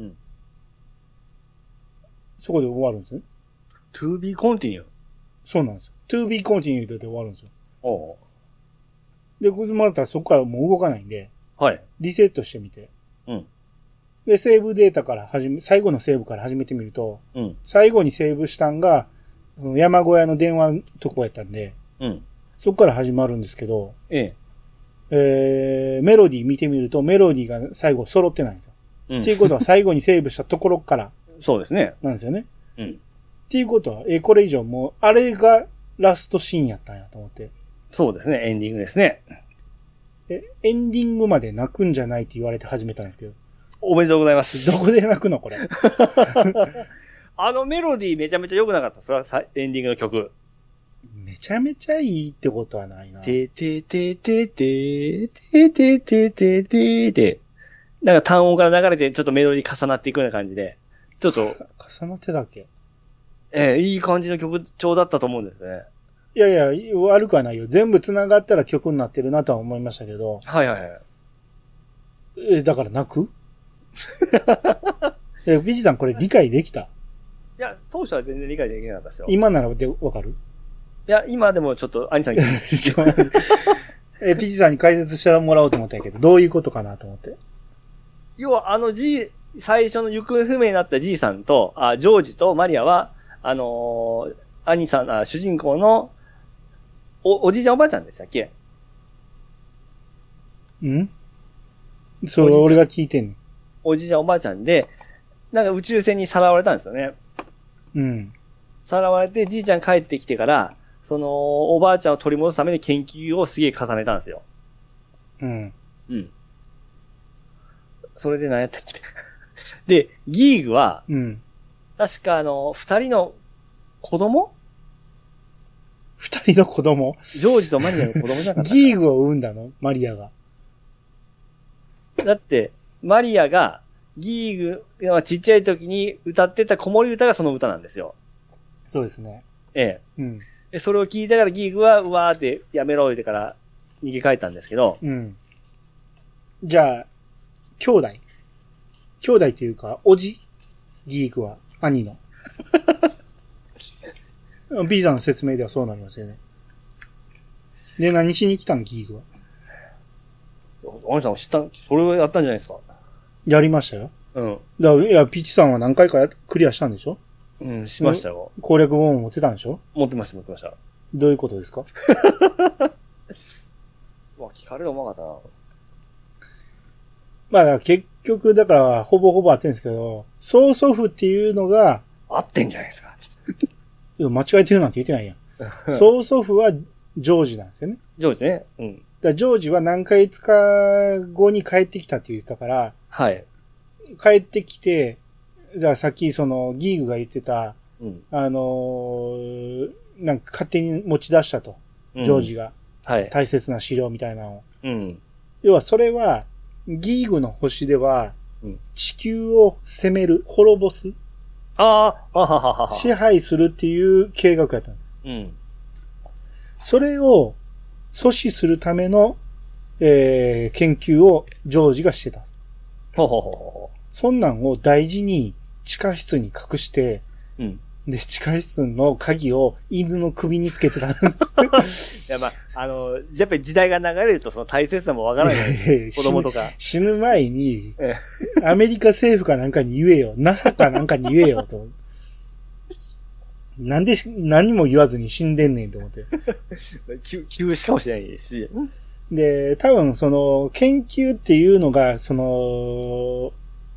そこで終わるんですね。 to be continued？ そうなんですよ。to be continued で終わるんですよ。おう。で、またそこからもう動かないんで、はい。リセットしてみて。うん。で、セーブデータから始め、最後のセーブから始めてみると、うん。最後にセーブしたんが、山小屋の電話のとこやったんで、うん。そこから始まるんですけど、ええ。えー、メロディー見てみると、メロディーが最後揃ってないんですよ。うん。っていうことは最後にセーブしたところから、 そうですね。 なんですよね。うん。っていうことは、え、これ以上もう、あれがラストシーンやったんやと思って。 そうですね、エンディングですね。 え、エンディングまで泣くんじゃないって言われて始めたんですけど。 おめでとうございます。 どこで泣くのこれ。 あのメロディーめちゃめちゃ良くなかったさ、エンディングの曲。 めちゃめちゃいいってことはないな。 ててててててててててて。なんか単音から流れてちょっとメロディー重なっていくような感じで。ちょっと。 重なってだっけ？ ええ、いい感じの曲調だったと思うんですね。 いやいや、悪くはないよ。全部繋がったら曲になってるなとは思いましたけど。 はいはいはい。 え、だから泣く？え、ビジさんこれ理解できた？いや、当初は全然理解できなかったですよ。 今ならでわかる？ いや、今でもちょっと、兄さんにえ、ピチさんに解説してもらおうと思ったけど、どういうことかなと思って。 要は、あの G、最初の行方不明になった G さんと、あ、ジョージとマリアは、あのー、兄さん、あ、主人公の、お、おじいちゃんおばあちゃんでしたっけ？ ん？それ俺が聞いてんねん。 おじいちゃんおばあちゃんで、なんか宇宙船にさらわれたんですよね。うん。さらわれて、じいちゃん帰ってきてから、その、おばあちゃんを取り戻すために研究をすげえ重ねたんですよ。うん。うん。それで何やったっけで、ギーグは、うん。確かあの、二人の子供二人の子供ジョージとマリアの子供じゃなかったか。 ギーグを産んだのマリアが。 だって、マリアが、ギーグがちっちゃい時に歌ってた子守歌がその歌なんですよ。 そうですね。 ええ。うん。で、それを聞いたからギーグは、うわーってやめろ言うてから逃げ帰ったんですけど。うん。 じゃあ、兄弟兄弟というか、おじギーグは、兄の。ビーザの説明ではそうなりますよね。で、何しに来たんギーグは。 兄さん知った、それをやったんじゃないですか。 やりましたよ。うん。だから、いや、ピッチさんは何回かやクリアしたんでしょ？ うん、しましたよ。 攻略本を持ってたんでしょ？ 持ってました、持ってました。 どういうことですか？ わ、聞かれるうまかったな。 まあ、結局、だから、ほぼほぼ合ってるんですけど、曽祖父っていうのが、 合ってんじゃないですか。 いや間違えてるなんて言ってないやん。曽祖父は、ジョージなんですよね。 ジョージね。うん。 だジョージは何ヶ月か後に帰ってきたって言ってたから、 はい。 帰ってきて、だからさっきそのギーグが言ってた、うん、あのー、なんか勝手に持ち出したと。ジョージが。うん、はい。大切な資料みたいなのを。うん。要はそれは、ギーグの星では、うん、地球を攻める、滅ぼす。 ああ、はははは。 支配するっていう計画やったんです。うん。それを、 阻止するための、えー、研究をジョージがしてた。 ほうほうほうほう。 そんなんを大事に地下室に隠して、うん。で、地下室の鍵を犬の首につけてた。いや、まあ、あの、やっぱり時代が流れるとその大切さもわからない。子供とか。 死ぬ前に、アメリカ政府かなんかに言えよ。ナサ かなんかに言えよと。なんでし、何も言わずに死んでんねんと思って。 急、急死かもしれないし。 で、多分その、研究っていうのが、その、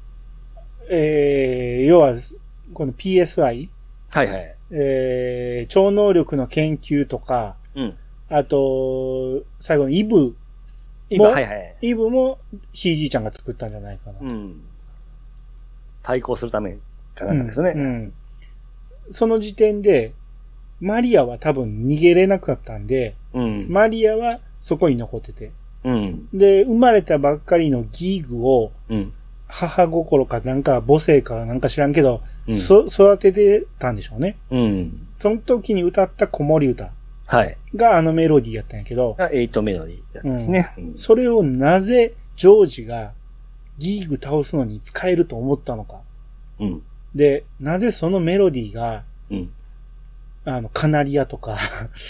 えー、要は、この ピーエスアイ？ はいはい。 えー、超能力の研究とか、うん。あと、最後のイブも、 イブ、はいはい。 イブも、ひいじいちゃんが作ったんじゃないかな。 うん。対抗するためかなんかですね。 うん。うん、その時点で、マリアは多分逃げれなかったんで、うん、マリアはそこに残ってて、うん、で、生まれたばっかりのギーグを、うん、母心かなんか母性かなんか知らんけど、うん、そ育ててたんでしょうね。うん、その時に歌った子守歌があのメロディーやったんやけど、 がエイトメロディーですね、 うん。それをなぜジョージがギーグ倒すのに使えると思ったのか。うん、で、なぜそのメロディーが、うん、あの、カナリアとか、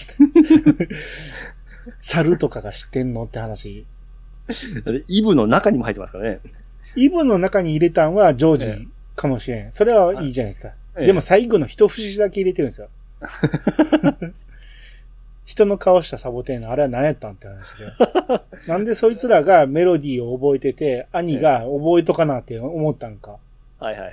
猿とかが知ってんのって話。 イブの中にも入ってますからね。 イブの中に入れたんはジョージかもしれん。それはいいじゃないですか。ええ、でも最後の一節だけ入れてるんですよ。人の顔したサボテンのあれは何やったんって話で。なんでそいつらがメロディーを覚えてて、兄が覚えとかなって思ったんか。 はいはいはい。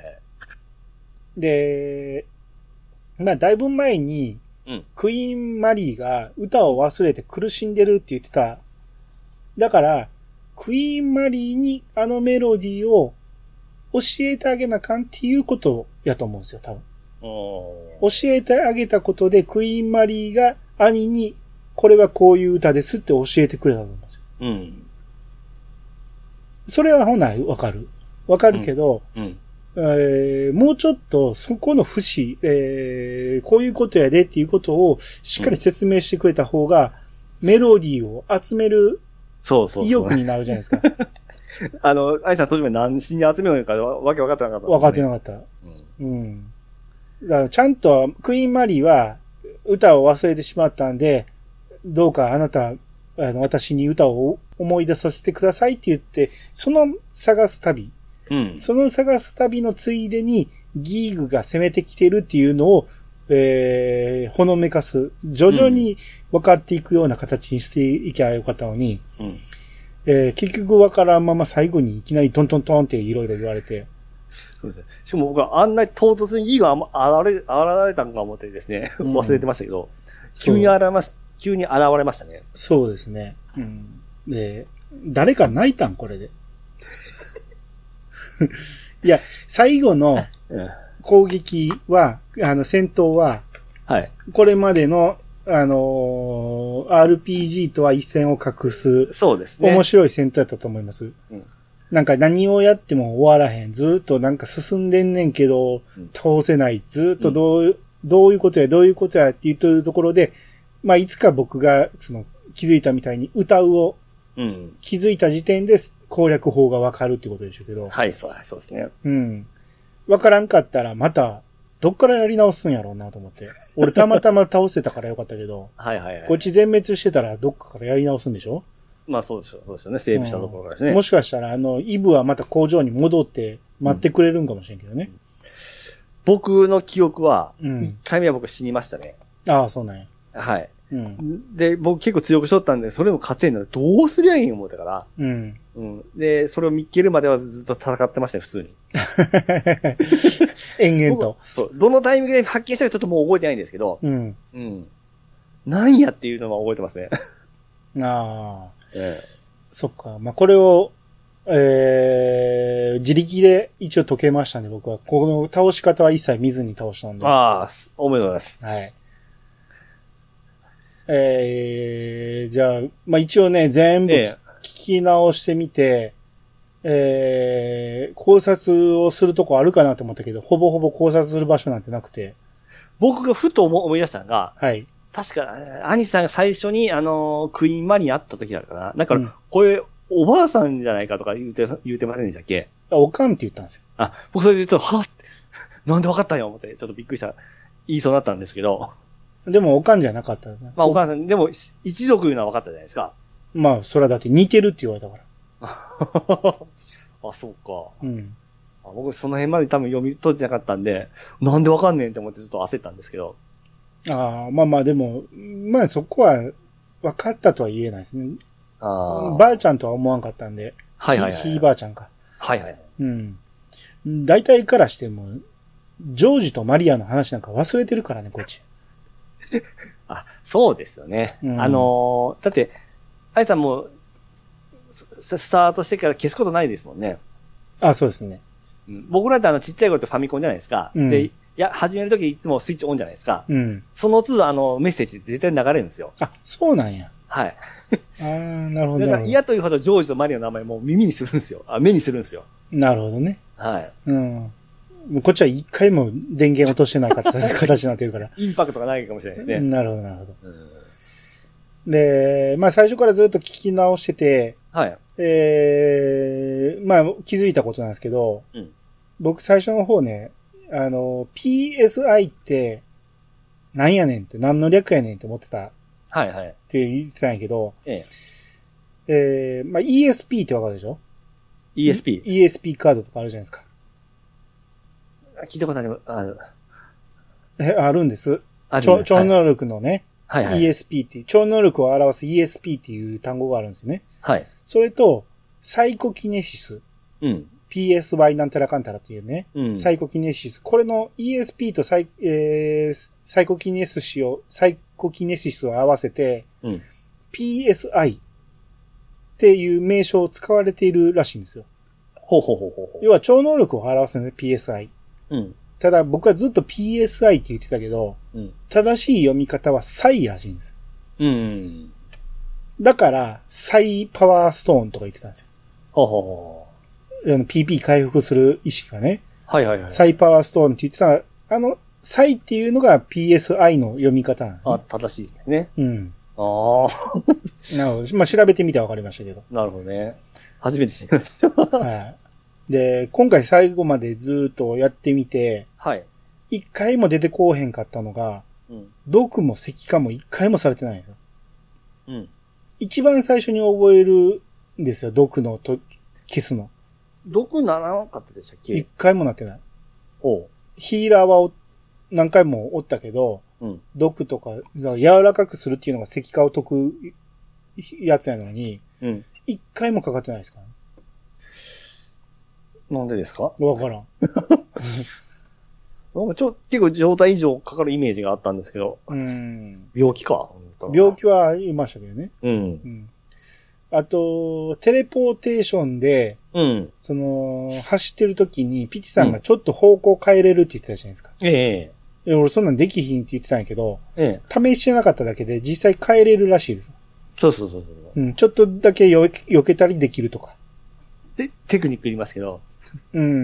で、まあだいぶ前に、うん、クイーン・マリーが歌を忘れて苦しんでるって言ってた。だから、クイーン・マリーにあのメロディーを教えてあげなあかんっていうことやと思うんですよ、多分。教えてあげたことでクイーン・マリーが兄にこれはこういう歌ですって教えてくれたと思うんですよ。うん。それはほな、わかる。わかるけど、うんうんえー、もうちょっとそこの節、えー、こういうことやでっていうことをしっかり説明してくれた方が、うん、メロディーを集める意欲になるじゃないですか。そうそうそうあの、アイさん当時まで何しに集めようのかわけ分かってなかった、 ね。分かってなかった。うん。うん、だからちゃんとクイーン・マリーは歌を忘れてしまったんで、どうかあなた、あの、私に歌を思い出させてくださいって言って、その探す旅。うん、その探す旅のついでにギーグが攻めてきてるっていうのを、えー、ほのめかす。徐々に分かっていくような形にしていけばよかったのに、うんえー、結局分からんまま最後にいきなりトントントンっていろいろ言われて。 そうですね。しかも僕はあんなに唐突にギーグが現れ、現れたんか思ってですね、うん、忘れてましたけど、急に現れまし、急に現れましたね。 そうですね。うん、で、誰か泣いたんこれで。いや、最後の攻撃は、あの、戦闘は、はい。これまでの、あのー、アールピージー とは一線を画す。 そうですね。 面白い戦闘だったと思います。うん。なんか何をやっても終わらへん。ずーっとなんか進んでんねんけど、倒せない。ずーっとどう、うん、どういうことや、どういうことやって言ってるところで、まあ、いつか僕が、その、気づいたみたいに歌うを、うん、気づいた時点で攻略法がわかるってことでしょうけど。 はい、そう、そうですね。 うん。わからんかったらまた、どっからやり直すんやろうなと思って。俺たまたま倒せたからよかったけど。 はいはいはい。 こっち全滅してたらどっかからやり直すんでしょ？ まあそうですよ、そうですよね。セーブしたところからですね、 うん。もしかしたらあの、イブはまた工場に戻って待ってくれるんかもしれんけどね。うん、 僕の記憶は、いっかいめは僕死にましたね。 うん、ああ、そうなんや。 はい。うん、で、僕結構強くしとったんで、それも勝てんのどうすりゃいいん思ったから。うん。うん。で、それを見っけるまではずっと戦ってましたね、普通に。 延々と。 そう。どのタイミングで発見したかちょっともう覚えてないんですけど。うん。うん。なんやっていうのは覚えてますね。 ああ。ええ。そっか。まあ、これを、えー、自力で一応解けましたね、僕は。この倒し方は一切見ずに倒したんで。 ああ、おめでとうございます。 はい。えー、じゃあ、まあ、一応ね、全部聞き直してみて、えー、考察をするとこあるかなと思ったけど、ほぼほぼ考察する場所なんてなくて。 僕がふと思い出したのが、はい。 確か、兄さんが最初に、あの、クイーンマリン会った時だからな。だから、うん、これ、おばあさんじゃないかとか言うて、言うてませんでしたっけ？ あ、おかんって言ったんですよ。 あ、僕それでちょっと、はぁなんでわかったんよ思って、ちょっとびっくりした。言いそうになったんですけど。 でも、おかんじゃなかったね。 まあ、お母さん、でも、一族言うのは分かったじゃないですか。 まあ、それはだって似てるって言われたから。 あ、そうか。 うん。 あ僕、その辺まで多分読み取ってなかったんで、なんでわかんねんって思ってちょっと焦ったんですけど。 ああ、まあまあ、でも、まあそこは分かったとは言えないですね。ああ。ばあちゃんとは思わんかったんで。 はいはいはい。 ひいばあちゃんか。 はいはい。 うん。大体からしても、ジョージとマリアの話なんか忘れてるからね、こっち。 あ、そうですよね。うん、あのー、だって、あいさんも、スタートしてから消すことないですもんね。 あ、そうですね。 うん、僕らってあのちっちゃい頃ってファミコンじゃないですか。うん、で、いや、始めるときいつもスイッチオンじゃないですか。 うん。 その都度あのメッセージ絶対流れるんですよ。 あ、そうなんや。 はい。 ああ、なるほど。 だから嫌というほどジョージとマリオの名前も耳にするんですよ。あ、目にするんですよ。 なるほどね。 はい。 うん。こっちは一回も電源落としてなかった形になってるから。 インパクトがないかもしれないですね。 なるほど、なるほど。うん、で、まあ最初からずっと聞き直してて、 はい。 えー、まあ気づいたことなんですけど、うん、僕最初の方ね、あの、ピーエスアイ って何やねんって何の略やねんって思ってた。 はいはい。って言ってたんやけど、 えええー、まあ イーエスピー ってわかるでしょ？ イーエスピー。 イーエスピー カードとかあるじゃないですか。 聞いたことある。ある。 え、あるんです。ある超、超能力のね、 はいはい、 イーエスピー っていう、超能力を表す イーエスピー っていう単語があるんですよね。 はい。 それと、サイコキネシス。 うん。 ピーエスワイ なんたらかんたらっていうね。うん。サイコキネシス。これの イーエスピー とサイ、えー、サイコキネシスを、サイコキネシスを合わせて、 うん。 ピーエスアイ っていう名称を使われているらしいんですよ。 ほうほうほうほう。 要は超能力を表すので ピーエスアイ。 うん。 ただ僕はずっと ピーエスアイ って言ってたけど、うん、正しい読み方はサイらしいんです。 うん。 だから、サイパワーストーンとか言ってたんですよ。 ほうほうほう。あの、ピーピー 回復する意識がね。 はいはいはい。 サイパワーストーンって言ってた、あの、サイっていうのが ピーエスアイ の読み方なんです、ね。 あ、正しいですね。 うん。 ああ。 なるほど。まあ、調べてみてわかりましたけど。 なるほどね。初めて知りました。 はい。で、今回最後までずっとやってみて、 はい。 一回も出てこうへんかったのが、うん、毒も石化も一回もされてないんですよ。 うん。 一番最初に覚えるんですよ、毒のと消すの。 毒ならなかったでしたっけ？ 一回もなってない。 おう。 ヒーラーは何回もおったけど、 うん、 毒とか、柔らかくするっていうのが石化を解くやつやのに、 うん。 一回もかかってないですからね。 なんでですか？ わからん。 なんかちょ、結構状態以上かかるイメージがあったんですけど。 うん。 病気か。 病気は言いましたけどね。 うん。うん、 あと、テレポーテーションで、 うん。 その、走ってる時に、ピチさんがちょっと方向変えれるって言ってたじゃないですか。 ええ。 いや俺そんなんできひんって言ってたんやけど、 ええ。 試してなかっただけで実際変えれるらしいです。 そうそうそうそう。 うん、ちょっとだけよ避けたりできるとか。 で、テクニック言いますけど。 うん。うん。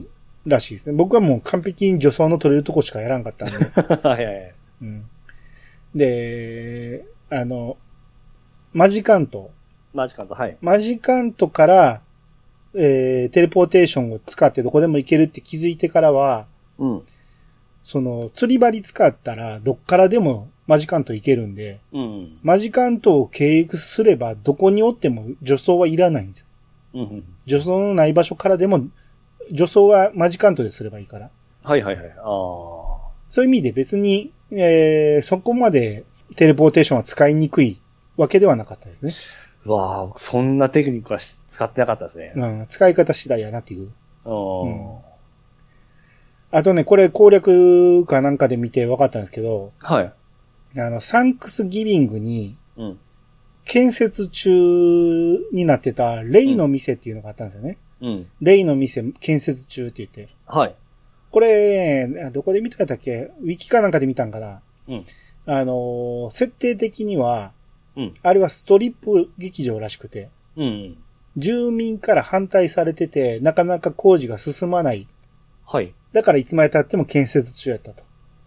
らしいですね。僕はもう完璧に助走の取れるとこしかやらんかったんで。 はいはいはい。 うん。で、あの、マジカント。 マジカント、はい。 マジカントから、えー、テレポーテーションを使ってどこでも行けるって気づいてからは、 うん。 その、釣り針使ったらどっからでもマジカント行けるんで、 うん。 マジカントを経由すればどこにおっても助走はいらないんですよ。 うん。 助走のない場所からでも、助走はマジカントですればいいから。 はいはいはい。ああ。 そういう意味で別に、えー、そこまでテレポーテーションは使いにくいわけではなかったですね。 わあ、そんなテクニックは使ってなかったですね。 うん、使い方次第やなっていう。 うん、 あとね、これ攻略かなんかで見て分かったんですけど、 はい。 あの、サンクスギビングに、 うん。 建設中になってたレイの店っていうのがあったんですよね。 うん。 レイの店建設中って言って。 はい。 これ、どこで見たんだっけ？ウィキかなんかで見たんかな？ うん。 あの、設定的には、 うん。 あれはストリップ劇場らしくて、 うん。 住民から反対されてて、なかなか工事が進まない。 はい。 だからいつまで経っても建設中やったと。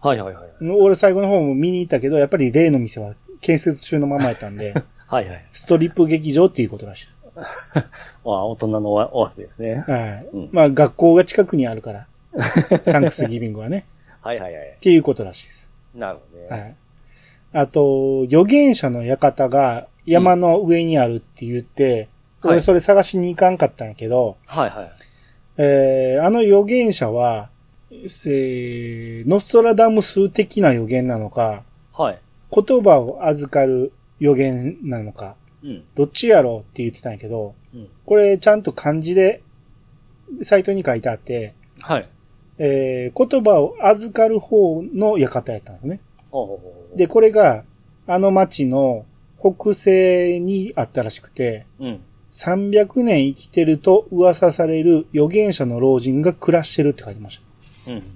はいはいはい。 俺最後の方も見に行ったけど、やっぱり例の店は建設中のままやったんで、 はいはい。 ストリップ劇場っていうことらしい。 ああ、大人のおわせですね。 はい。うん、まあ学校が近くにあるから、サンクスギビングはね。 はいはいはい。 っていうことらしいです。 なるほどね。 はい。あと、預言者の館が山の上にあるって言って、うん、俺それ探しに行かんかったんやけど、 はいはい。 えー、あの預言者は、えー、ノストラダムス的な予言なのか、 はい。 言葉を預かる予言なのか、うん、どっちやろうって言ってたんやけど、うん、これちゃんと漢字でサイトに書いてあって、 はい。 えー、言葉を預かる方の館やったんですね。 ほうほうほう。 で、これがあの町の北西にあったらしくて、うん、さんびゃくねん生きてると噂される預言者の老人が暮らしてるって書いてました。うん、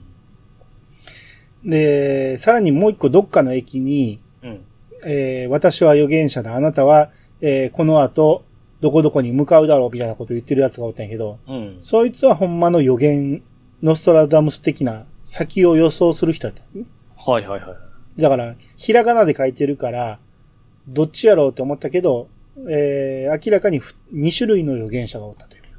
で、さらにもう一個どっかの駅に、うんえー、私は預言者だ、あなたは、えー、この後、どこどこに向かうだろうみたいなこと言ってるやつがおったんやけど、うん、そいつはほんまの予言、ノストラダムス的な先を予想する人だった、ね。 はいはいはい。 だから、ひらがなで書いてるから、どっちやろうって思ったけど、えー、明らかにに種類の預言者がおったという。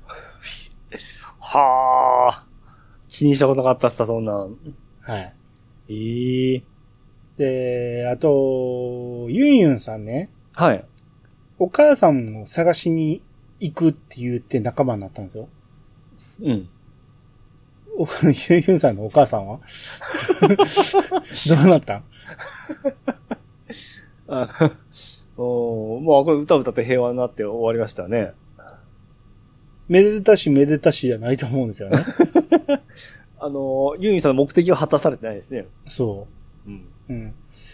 はあ。気にしたことなかったっす、そんなん。 はい。 ええー。 で、あと、ユンユンさんね。 はい。 お母さんを探しに行くって言って仲間になったんですよ。 うん。 ユンユンさんのお母さんはどうなったんあおまあ、これ歌歌って平和になって終わりましたね。 めでたしめでたしじゃないと思うんですよね。 あの、ユンユンさんの目的は果たされてないですね。 そう。うん。うん。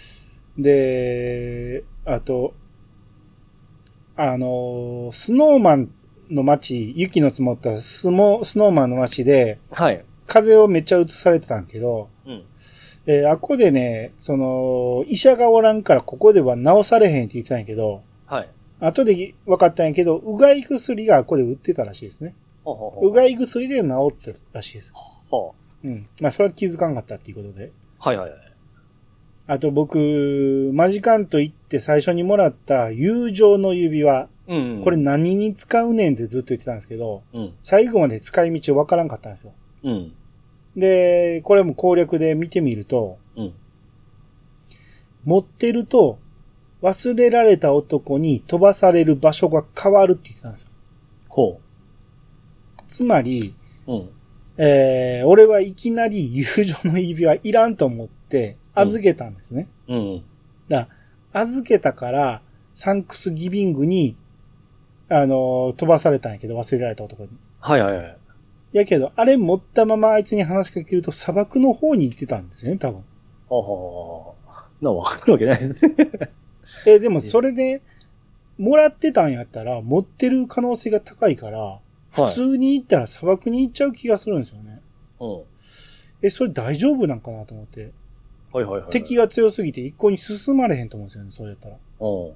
で、あと、あの、スノーマンの街、雪の積もったスモスノーマンの街で、 はい。 風をめっちゃ映されてたんけど、うん。えー、あっこでね、その、医者がおらんからここでは治されへんって言ってたんやけど、 はい。 後で分かったんやけど、うがい薬があっこで売ってたらしいですね。 ほうほうほう。 うがい薬で治ったらしいです。 ほう。うん。まあ、それは気づかんかったっていうことで。 はいはいはい。 あと僕、マジカンと言って最初にもらった友情の指輪。うん、うん。これ何に使うねんってずっと言ってたんですけど、うん。最後まで使い道分からんかったんですよ。 うん。 で、これも攻略で見てみると、うん。持ってると、忘れられた男に飛ばされる場所が変わるって言ってたんですよ。 ほう。 つまり、 うん。 えー、俺はいきなり友情の指輪いらんと思って預けたんですね。 うん。うん、 だ預けたから、サンクスギビングに、あのー、飛ばされたんやけど、忘れられた男に。 はいはいはい。 やけど、あれ持ったままあいつに話しかけると砂漠の方に行ってたんですよね、多分。 はははな、わかるわけないですね。 え、でもそれで、もらってたんやったら、持ってる可能性が高いから、普通に行ったら砂漠に行っちゃう気がするんですよね。 うん。 え、それ大丈夫なんかなと思って。 はいはいはい、はい。 敵が強すぎて一向に進まれへんと思うんですよね、それやったら。 うん。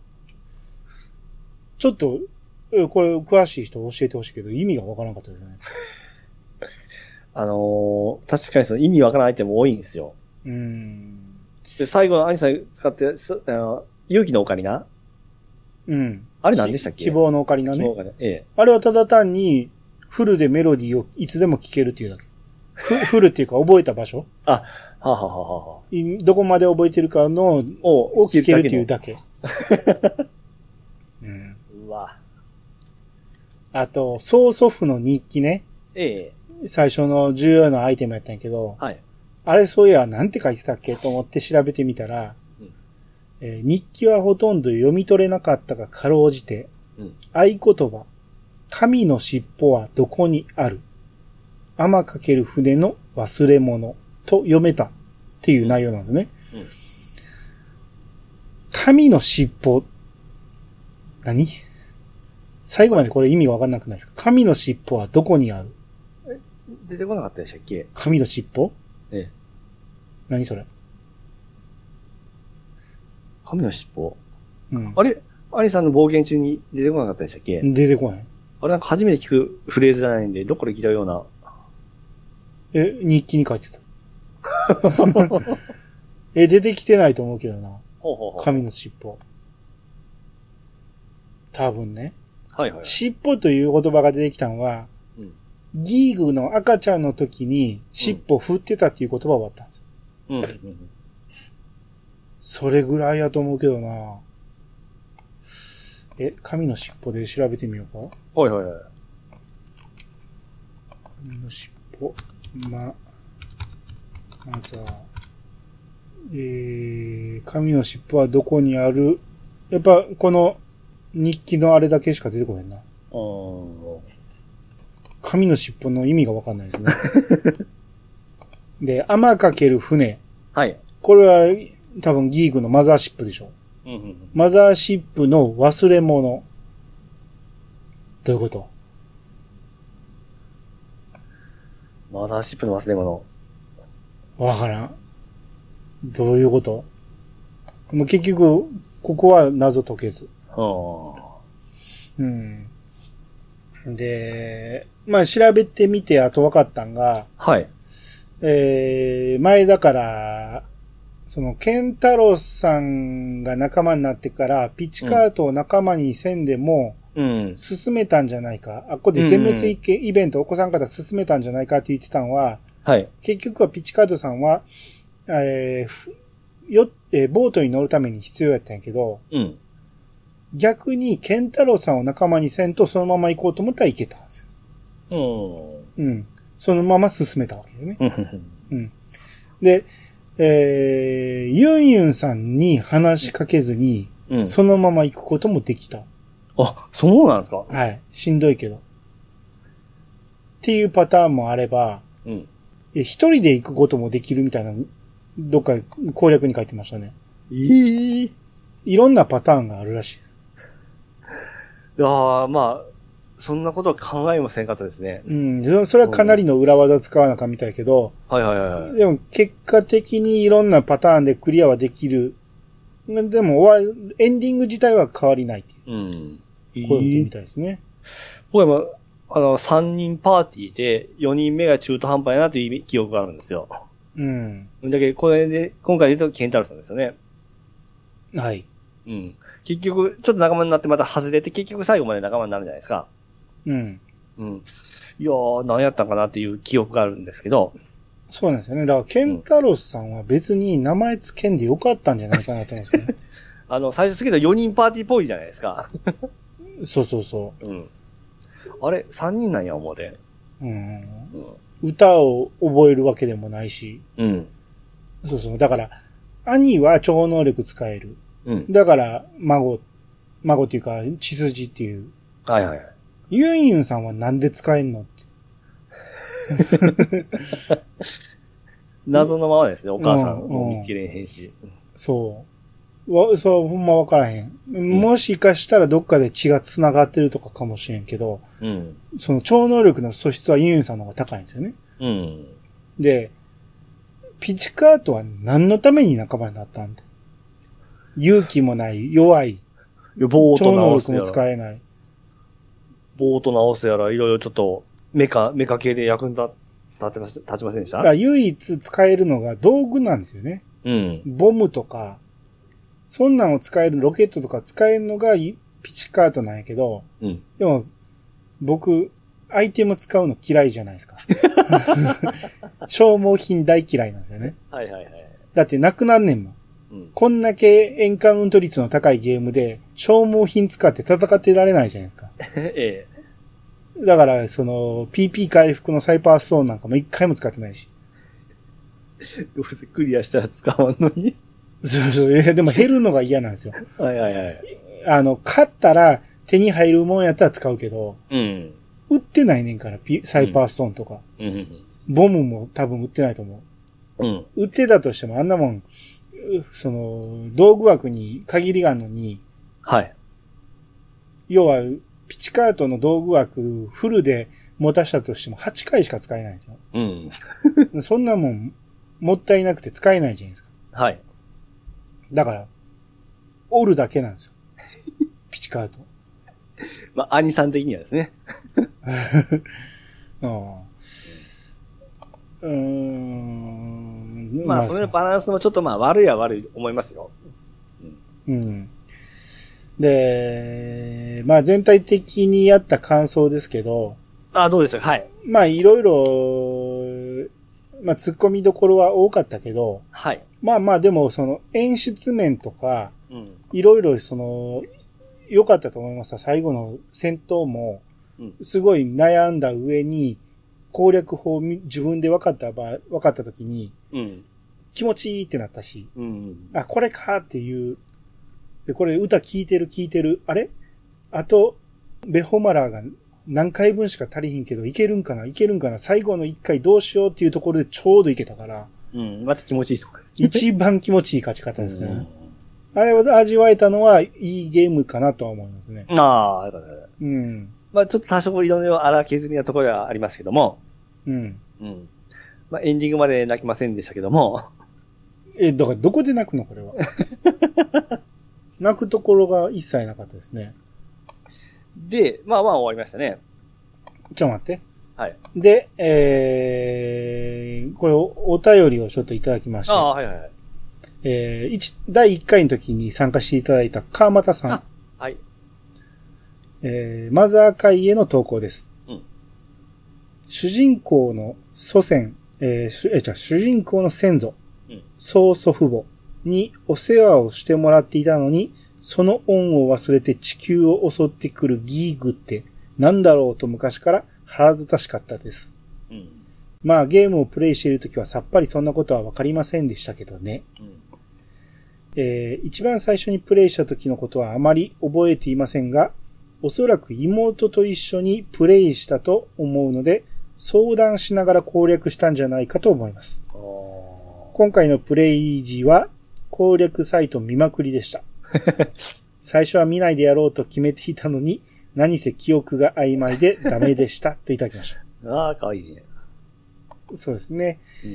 ちょっと、これ詳しい人教えてほしいけど、意味がわからなかったですね。 あのー、確かにその意味わからないアイテム多いんですよ。 うーん。 で、最後のアニさん使って、あの、勇気のオカリナうん。 あれ何でしたっけ？ 希望のオカリナね。 希望のオカリナ。ええ。 あれはただ単に、フルでメロディーをいつでも聴けるっていうだけ。フルっていうか覚えた場所あ、はあ、はあはははあ、どこまで覚えてるかのを聴けるっていうだけ。うん。 うわ。 あと、曽祖父の日記ね。 ええ。最初の重要なアイテムやったんやけど。 はい。 あれそういや、なんて書いてたっけと思って調べてみたら、うんえー、日記はほとんど読み取れなかったがかろうじて、うん、合言葉、神の尻尾はどこにある天かける船の忘れ物と読めたっていう内容なんですね。うんうん、神の尻尾、何？最後までこれ意味わかんなくないですか？神の尻尾はどこにある？ え、出てこなかったでしたっけ？ 神の尻尾？ ええ。 何それ？ 神の尻尾？ うん。 あれアリさんの冒険中に出てこなかったでしたっけ？ 出てこない。 あれなんか初めて聞くフレーズじゃないんで、どこで聞いたような。 え、日記に書いてた。 え、出てきてないと思うけどな。 ほうほうほう。 神の尻尾。多分ね。 はいはい。 尻尾という言葉が出てきたのは、うん、ギーグの赤ちゃんの時に尻尾振ってたっていう言葉はあったんですよ。うん。うん、それぐらいやと思うけどな。え、神の尻尾で調べてみようか。 はいはいはい。 神の尻尾、ま、まずは、えー、神の尻尾はどこにある？やっぱ、この日記のあれだけしか出てこへんな。あ神の尻尾の意味がわかんないですね。で、天かける船。 はい。 これは多分ギーグのマザーシップでしょ。うんうんうん、マザーシップの忘れ物。どういうこと？ マザーシップの忘れ物。 わからん。どういうこと？もう結局、ここは謎解けず。はあ、うん。で、まあ調べてみてあと分かったんが、 はい。 えー、前だから、その、ケンタロウさんが仲間になってから、ピチカートを仲間にせんでも、うん。進めたんじゃないか。あっこで全滅イベント、お子さん方進めたんじゃないかって言ってたのは、 はい。 結局はピチカートさんは、えー、よ、えー、ボートに乗るために必要やったんやけど、うん。逆に、ケンタロウさんを仲間にせんと、そのまま行こうと思ったら行けたんですよ。うん。うん。そのまま進めたわけよね。うん。で、えー、ユンユンさんに話しかけずに、うん、そのまま行くこともできた。 あ、そうなんですか？ はい。しんどいけど。っていうパターンもあれば、うん。一人で行くこともできるみたいな、どっか攻略に書いてましたね。 ええー。 いろんなパターンがあるらしい。 いやー、まあ、そんなことは考えもせんかったですね。 うん。それはかなりの裏技使わなかみたいけど。 はいはいはい。 でも結果的にいろんなパターンでクリアはできる。でも終わり、エンディング自体は変わりないっていう。うん。こういうことみたいですね。 僕はあの、さんにんパーティーでよにんめが中途半端やなという記憶があるんですよ。うん。だけど、これで、今回で言うとケンタロウさんですよね。 はい。 うん。結局、ちょっと仲間になってまた外れて、結局最後まで仲間になるじゃないですか。うん。うん。いやー、何やったんかなっていう記憶があるんですけど。 そうなんですよね。だから、ケンタロウさんは別に名前つけんでよかったんじゃないかなと思うんですよね。 あの、最初すぎたよにんパーティーっぽいじゃないですか。 そうそうそう。 うん。あれ、さんにんなんや、思うて。 うん。うん、歌を覚えるわけでもないし。うん。そうそう。だから、兄は超能力使える。うん。だから、孫、孫っていうか、血筋っていう。 はいはいはい。 ユンユンさんはなんで使えんのって。 謎のままですね、お母さんを見つけれへんし。 うんうん、そう。わ、そう、ほんまわからへん。うん、もしかしたらどっかで血が繋がってるとかかもしれんけど、うん、その超能力の素質はユンユンさんの方が高いんですよね。うん、で、ピチカートは何のために仲間になったんだ？勇気もない、弱い。超能力も使えない。 ボート直すやら、いろいろちょっと、メカ、メカ系で役に立ってま、立ちませんでした？ 唯一使えるのが道具なんですよね。うん。ボムとか、そんなんを使えるロケットとか使えるのがピチカートなんやけど、うん。でも、僕、アイテム使うの嫌いじゃないですか。消耗品大嫌いなんですよね。はいはいはい。だってなくなんねんもん。うん、こんだけエンカウント率の高いゲームで消耗品使って戦ってられないじゃないですか。ええ。だから、その、ピーピー 回復のサイパーストーンなんかも一回も使ってないし。 どうせクリアしたら使わんのにそうそう。でも減るのが嫌なんですよ。 はいはいはい。 あの、買ったら手に入るもんやったら使うけど、うん。売ってないねんから、サイパーストーンとか。うん。うん、ボムも多分売ってないと思う。うん。売ってたとしてもあんなもん、その、道具枠に限りがあるのに、はい。要は、ピチカートの道具枠フルで持たしたとしてもはちかいしか使えないんですよ。うん。そんなもん、もったいなくて使えないじゃないですか。はい。だから、おるだけなんですよ。ピチカート。 まあ、兄さん的にはですね。 ああうーんん。まあ、それのバランスもちょっとまあ悪いは悪い思いますよ。 うん。うん、で、まあ全体的にやった感想ですけど。 あ、どうでしたか？はい。 まあいろいろ、まあ突っ込みどころは多かったけど。 はい。 まあまあでもその演出面とか、いろいろその、良かったと思います。最後の戦闘も、すごい悩んだ上に、攻略法自分で分かった場合、分かった時に、うん、気持ちいいってなったし、うん、あ、これかっていう。で、これ歌聴いてる聴いてる。あれあと、ベホマラーが何回分しか足りひんけど、いけるんかないけるんかな最後の一回どうしようっていうところでちょうどいけたから。 うん、また気持ちいいと一番気持ちいい勝ち方ですね。うん、あれを味わえたのはいいゲームかなとは思いますね。 ああ、よかった。うん。まあちょっと多少いろいろ荒削りなところはありますけども。うん。うん。まあエンディングまで泣きませんでしたけども。 え、だからどこで泣くのこれは。泣くところが一切なかったですね。 で、まあまあ終わりましたね。 ちょっと待って。 はい。 で、えー、これお、お便りをちょっといただきました。 ああ、はいはいはい。 えー、一、だいいっかいの時に参加していただいた川又さん。あ、 はい。 えー、マザー会への投稿です。うん。主人公の祖先、えー、しえ、じゃ主人公の先祖、うん、曽祖父母にお世話をしてもらっていたのに、その恩を忘れて地球を襲ってくるギーグってなんだろうと昔から腹立たしかったです。うん、まあゲームをプレイしているときはさっぱりそんなことはわかりませんでしたけどね。うんえー、一番最初にプレイした時のことはあまり覚えていませんが、おそらく妹と一緒にプレイしたと思うので、相談しながら攻略したんじゃないかと思います。今回のプレイ時は攻略サイト見まくりでした。最初は見ないでやろうと決めていたのに、何せ記憶が曖昧でダメでしたといただきました。 ああ、かわいいね。 そうですね。うん、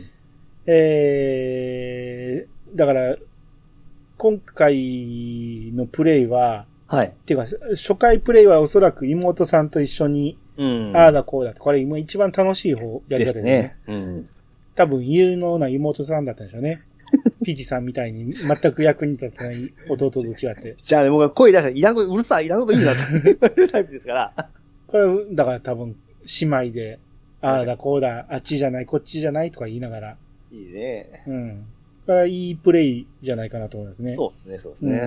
えー、だから、今回のプレイは、はい。っていうか、初回プレイはおそらく妹さんと一緒に、うん、ああだこうだって、これ今一番楽しい方、やり方ですね。ですね。うん。多分有能な妹さんだったんでしょうね。ピチさんみたいに全く役に立たない弟と違って。 じゃあね、僕は声出したらいらんこと、うるさい、いらんこと言うなというタイプですから。 これ、だから多分、姉妹で、ああだこうだ、あっちじゃない、こっちじゃないとか言いながら。 いいね。 うん。これはいいプレイじゃないかなと思いますね。 そうですね、そうですね。うん、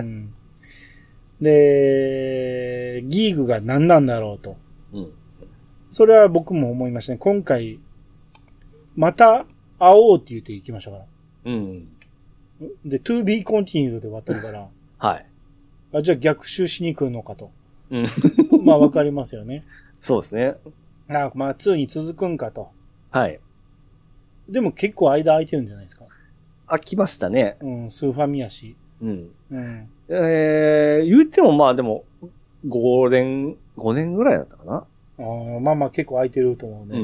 で、ギーグが何なんだろうと。うん。それは僕も思いましたね。今回、また会おうって言って行きましたから。うん。で、to be continued で終わってるから。はい。あ、じゃあ逆襲しに来るのかと。うん。まあわかりますよね。 そうですね。 あまあにに続くんかと。 はい。 でも結構間空いてるんじゃないですか。 あ、来ましたね。 うん、スーファミやし。 うん。うん。えー、言ってもまあでも、ごねん、ごねんぐらいだったかな。ああ、まあまあ結構空いてると思うね。うん。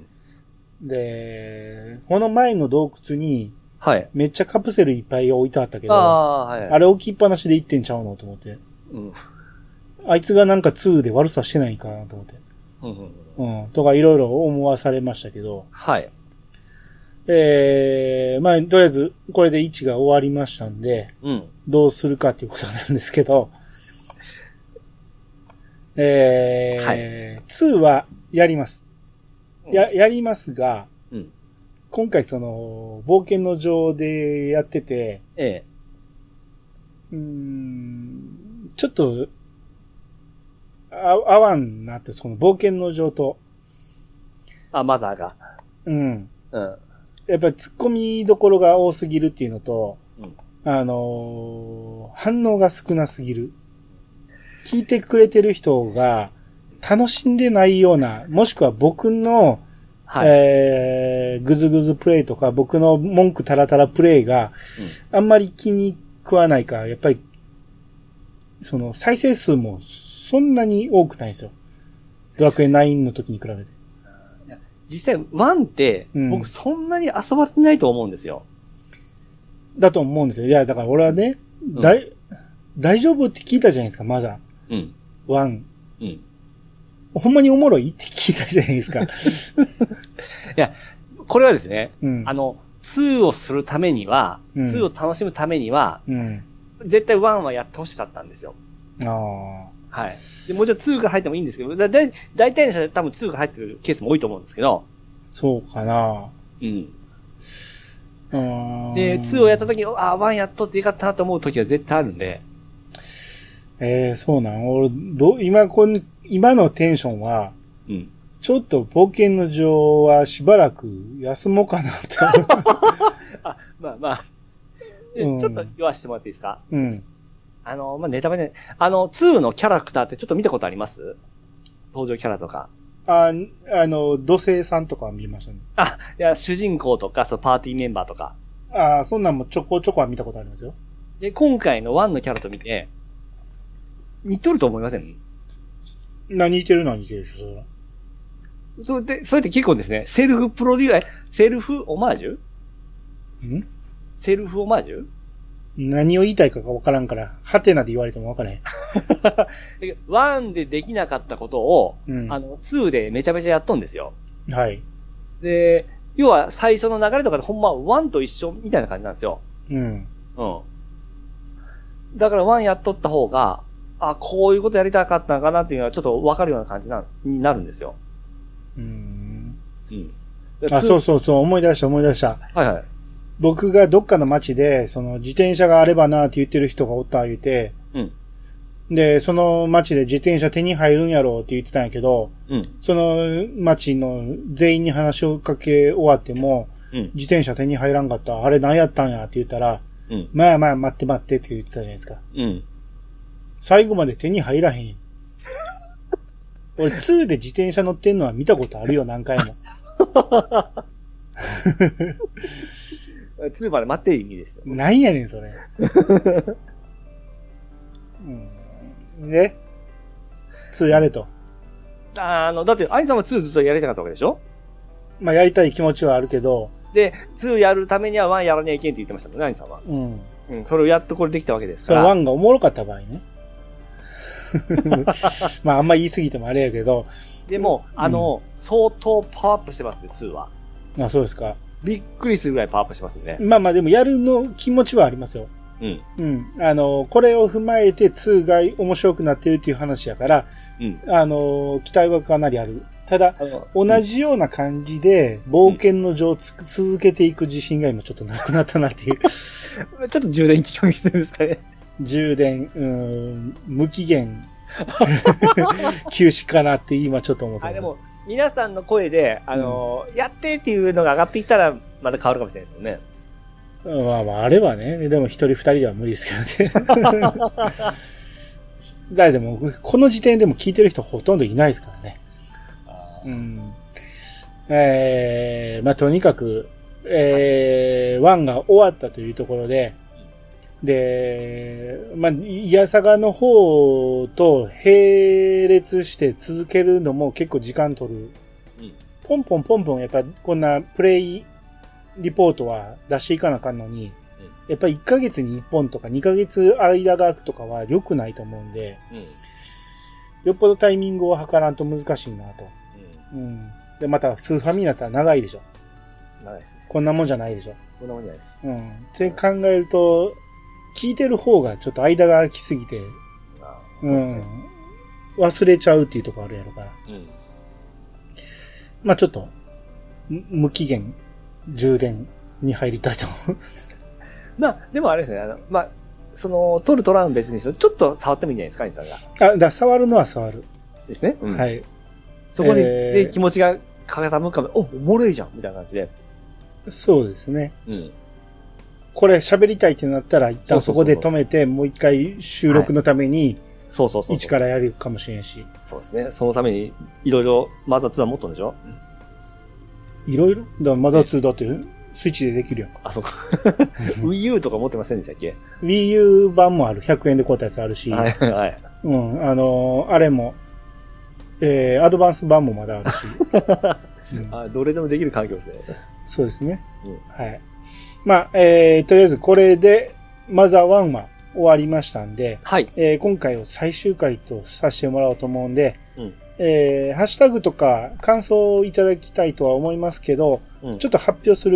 で、この前の洞窟に、はい。めっちゃカプセルいっぱい置いてあったけど、ああ、はい。あれ置きっぱなしで行ってんちゃうのと思って。うん。あいつがなんかにで悪さしてないかなと思って。うん、うん。うん。とかいろいろ思わされましたけど。はい。えー、まあ、とりあえず、これでいちが終わりましたんで、うん。どうするかっていうことなんですけど、えー、はい。にはやります。や、やりますが、うん。今回その、冒険の城でやってて、ええ。うーん、ちょっと、あ、合わんなって、その冒険の城と。 あ、マザーが。 うん。うん。やっぱり突っ込みどころが多すぎるっていうのと、うん、あのー、反応が少なすぎる。聞いてくれてる人が楽しんでないような、もしくは僕の、はい、えー、ぐずぐずプレイとか僕の文句タラタラプレイがあんまり気に食わないから、やっぱり、その再生数もそんなに多くないんですよ。ドラクエナインの時に比べて。 実際、ワンって、僕そんなに遊ばってないと思うんですよ。 だと思うんですよ。いや、だから俺はね、うん、だい、大丈夫って聞いたじゃないですか、まだ。うん。ワン。うん。ほんまにおもろいって聞いたじゃないですか。いや、これはですね、うん、あの、 ツーをするためには、うん、ツーを楽しむためには、うん、絶対ワンはやってほしかったんですよ。ああ。はい。で、もちろんツーが入ってもいいんですけど、だ、だ、大体の人は多分ツーが入ってるケースも多いと思うんですけど。 そうかな。うん。 で、ツーをやった時に、あ、ワンやっとってよかったなと思う時は絶対あるんで。 ええー、そうなん。俺、ど、今、この、今のテンションは、うん。ちょっと冒険の女王はしばらく休もうかなって。 あ、まあまあ、うん。ちょっと言わせてもらっていいですか？うん。あの、まあ、ネタバレね。あの、ツーのキャラクターってちょっと見たことあります？登場キャラとか。 あ、あの、土星さんとかは見ましたね。 あ、いや、主人公とか、そのパーティーメンバーとか。 ああ、そんなんもちょこちょこは見たことありますよ。 で、今回のワンのキャラと見て、似とると思いません？ 何似てるのは似てるでしょ、それは。 それで、それって結構ですね、セルフプロデュー、セルフオマージュ？ん？セルフオマージュ？ 何を言いたいかがわからんから、ハテナで言われてもわからへん。 ワンでできなかったことを、うん、あの、ツーでめちゃめちゃやっとんですよ。はい。で、要は最初の流れとかでほんまワンと一緒みたいな感じなんですよ。うん。うん。だからワンやっとった方が、あ、こういうことやりたかったのかなっていうのはちょっとわかるような感じな、になるんですよ。うーん。 うん。あ、そうそうそう、思い出した思い出した。はいはい。僕がどっかの街で、その自転車があればなって言ってる人がおった言うて、うん。で、その街で自転車手に入るんやろうって言ってたんやけど、うん。その街の全員に話をかけ終わっても、うん。自転車手に入らんかった。あれ何やったんやって言ったら、うん。まあまあ待って待ってって言ってたじゃないですか。うん。最後まで手に入らへん。俺ツーで自転車乗ってんのは見たことあるよ、何回も。 ツーまで待ってる意味ですよ。 なんやねん、それ。うん、で、ツーやれと。 あの、だって、アイさんはツーずっとやりたかったわけでしょ？ まあ、やりたい気持ちはあるけど。 で、ツーやるためにはワンやらにゃいけんって言ってましたもんね、アイさんは。うん。うん、それをやっとこれできたわけですから。 それワンがおもろかった場合ね。まあ、あんま言い過ぎてもあれやけど。 でも、あの、うん、相当パワーアップしてますね、ツーは。 あ、そうですか。 びっくりするぐらいパワーアップしますね。 まあまあでもやるの気持ちはありますよ。うん。うん。あの、これを踏まえてツーが面白くなってるっていう話やから、うん。あの、期待はかなりある。ただ、同じような感じで冒険の女をつ、うん、続けていく自信が今ちょっとなくなったなっていう。ちょっと充電期間してるんですかね。 充電、うん、無期限、休止かなって今ちょっと思ってます。 あ、でも、皆さんの声で、あのーうん、やってっていうのが上がってきたら、また変わるかもしれないですよね。まあまあ、あればね。でも一人二人では無理ですけどね。だでも、この時点でも聞いてる人ほとんどいないですからね。うん。えー、まあとにかく、えー、ワンが終わったというところで、で、まあ、イヤサガの方と並列して続けるのも結構時間取る。うん、ポンポンポンポンやっぱこんなプレイリポートは出していかなあかんのに、うん、やっぱりいっかげつにいっぽんとかにかげつ間が空くとかは良くないと思うんで、うん、よっぽどタイミングを測らんと難しいなと。うんうん、で、またスーファミになったら長いでしょ。長いですね。こんなもんじゃないでしょ。 こんなもんじゃないです。 うん。って考えると、聞いてる方がちょっと間が空きすぎて、ああ、うん、忘れちゃうっていうところあるやろから。うん、まあちょっと、無期限充電に入りたいと思う。 まあ、でもあれですね、あの、まあ、その、取る取らん別にしろ、ちょっと触ってもいいんじゃないですか、兄さんが。あ、だ触るのは触る。 ですね。うん、 はい。 そこに、えー、で、気持ちが傾くかも、お、おもろいじゃんみたいな感じで。 そうですね。うん。これ喋りたいってなったら、一旦そこで止めて、もう一回収録のために、 そうそうそう。 一からやるかもしれんし。 そうですね。そのために、いろいろ、マザーツーは持っとんでしょ？ いろいろ？だからマザーツーだって、スイッチでできるやんか。 あ、そうか。Wii U とか持ってませんでしたっけ？ Wii U 版もある。ひゃくえんで買ったやつあるし。はい、はい。うん、あのー、あれも、えー、アドバンス版もまだあるし。 うん、あ、どれでもできる環境ですね。 そうですね。うん、はい。まあ、えー、とりあえずこれで、マザーワンは終わりましたんで、はい。えー、今回を最終回とさせてもらおうと思うんで、うん。えー、ハッシュタグとか感想をいただきたいとは思いますけど、うん、ちょっと発表する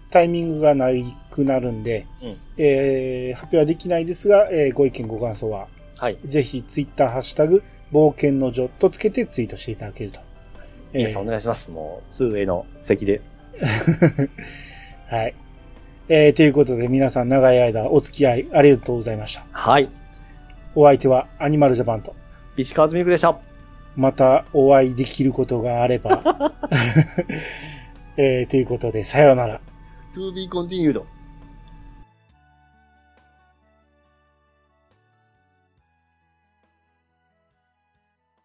タイミングがないくなるんで、うん、えー、発表はできないですが、えー、ご意見ご感想は、はい、ぜひツイッターハッシュタグ、冒険の女とつけてツイートしていただけると。 皆さんお願いします。もう、通営の席で。 はい。えー、ということで皆さん長い間お付き合いありがとうございました。 はい。 お相手はアニマルジャパンと石川ずみくでした。 またお会いできることがあれば、えー、ということでさようなら。 To be continued.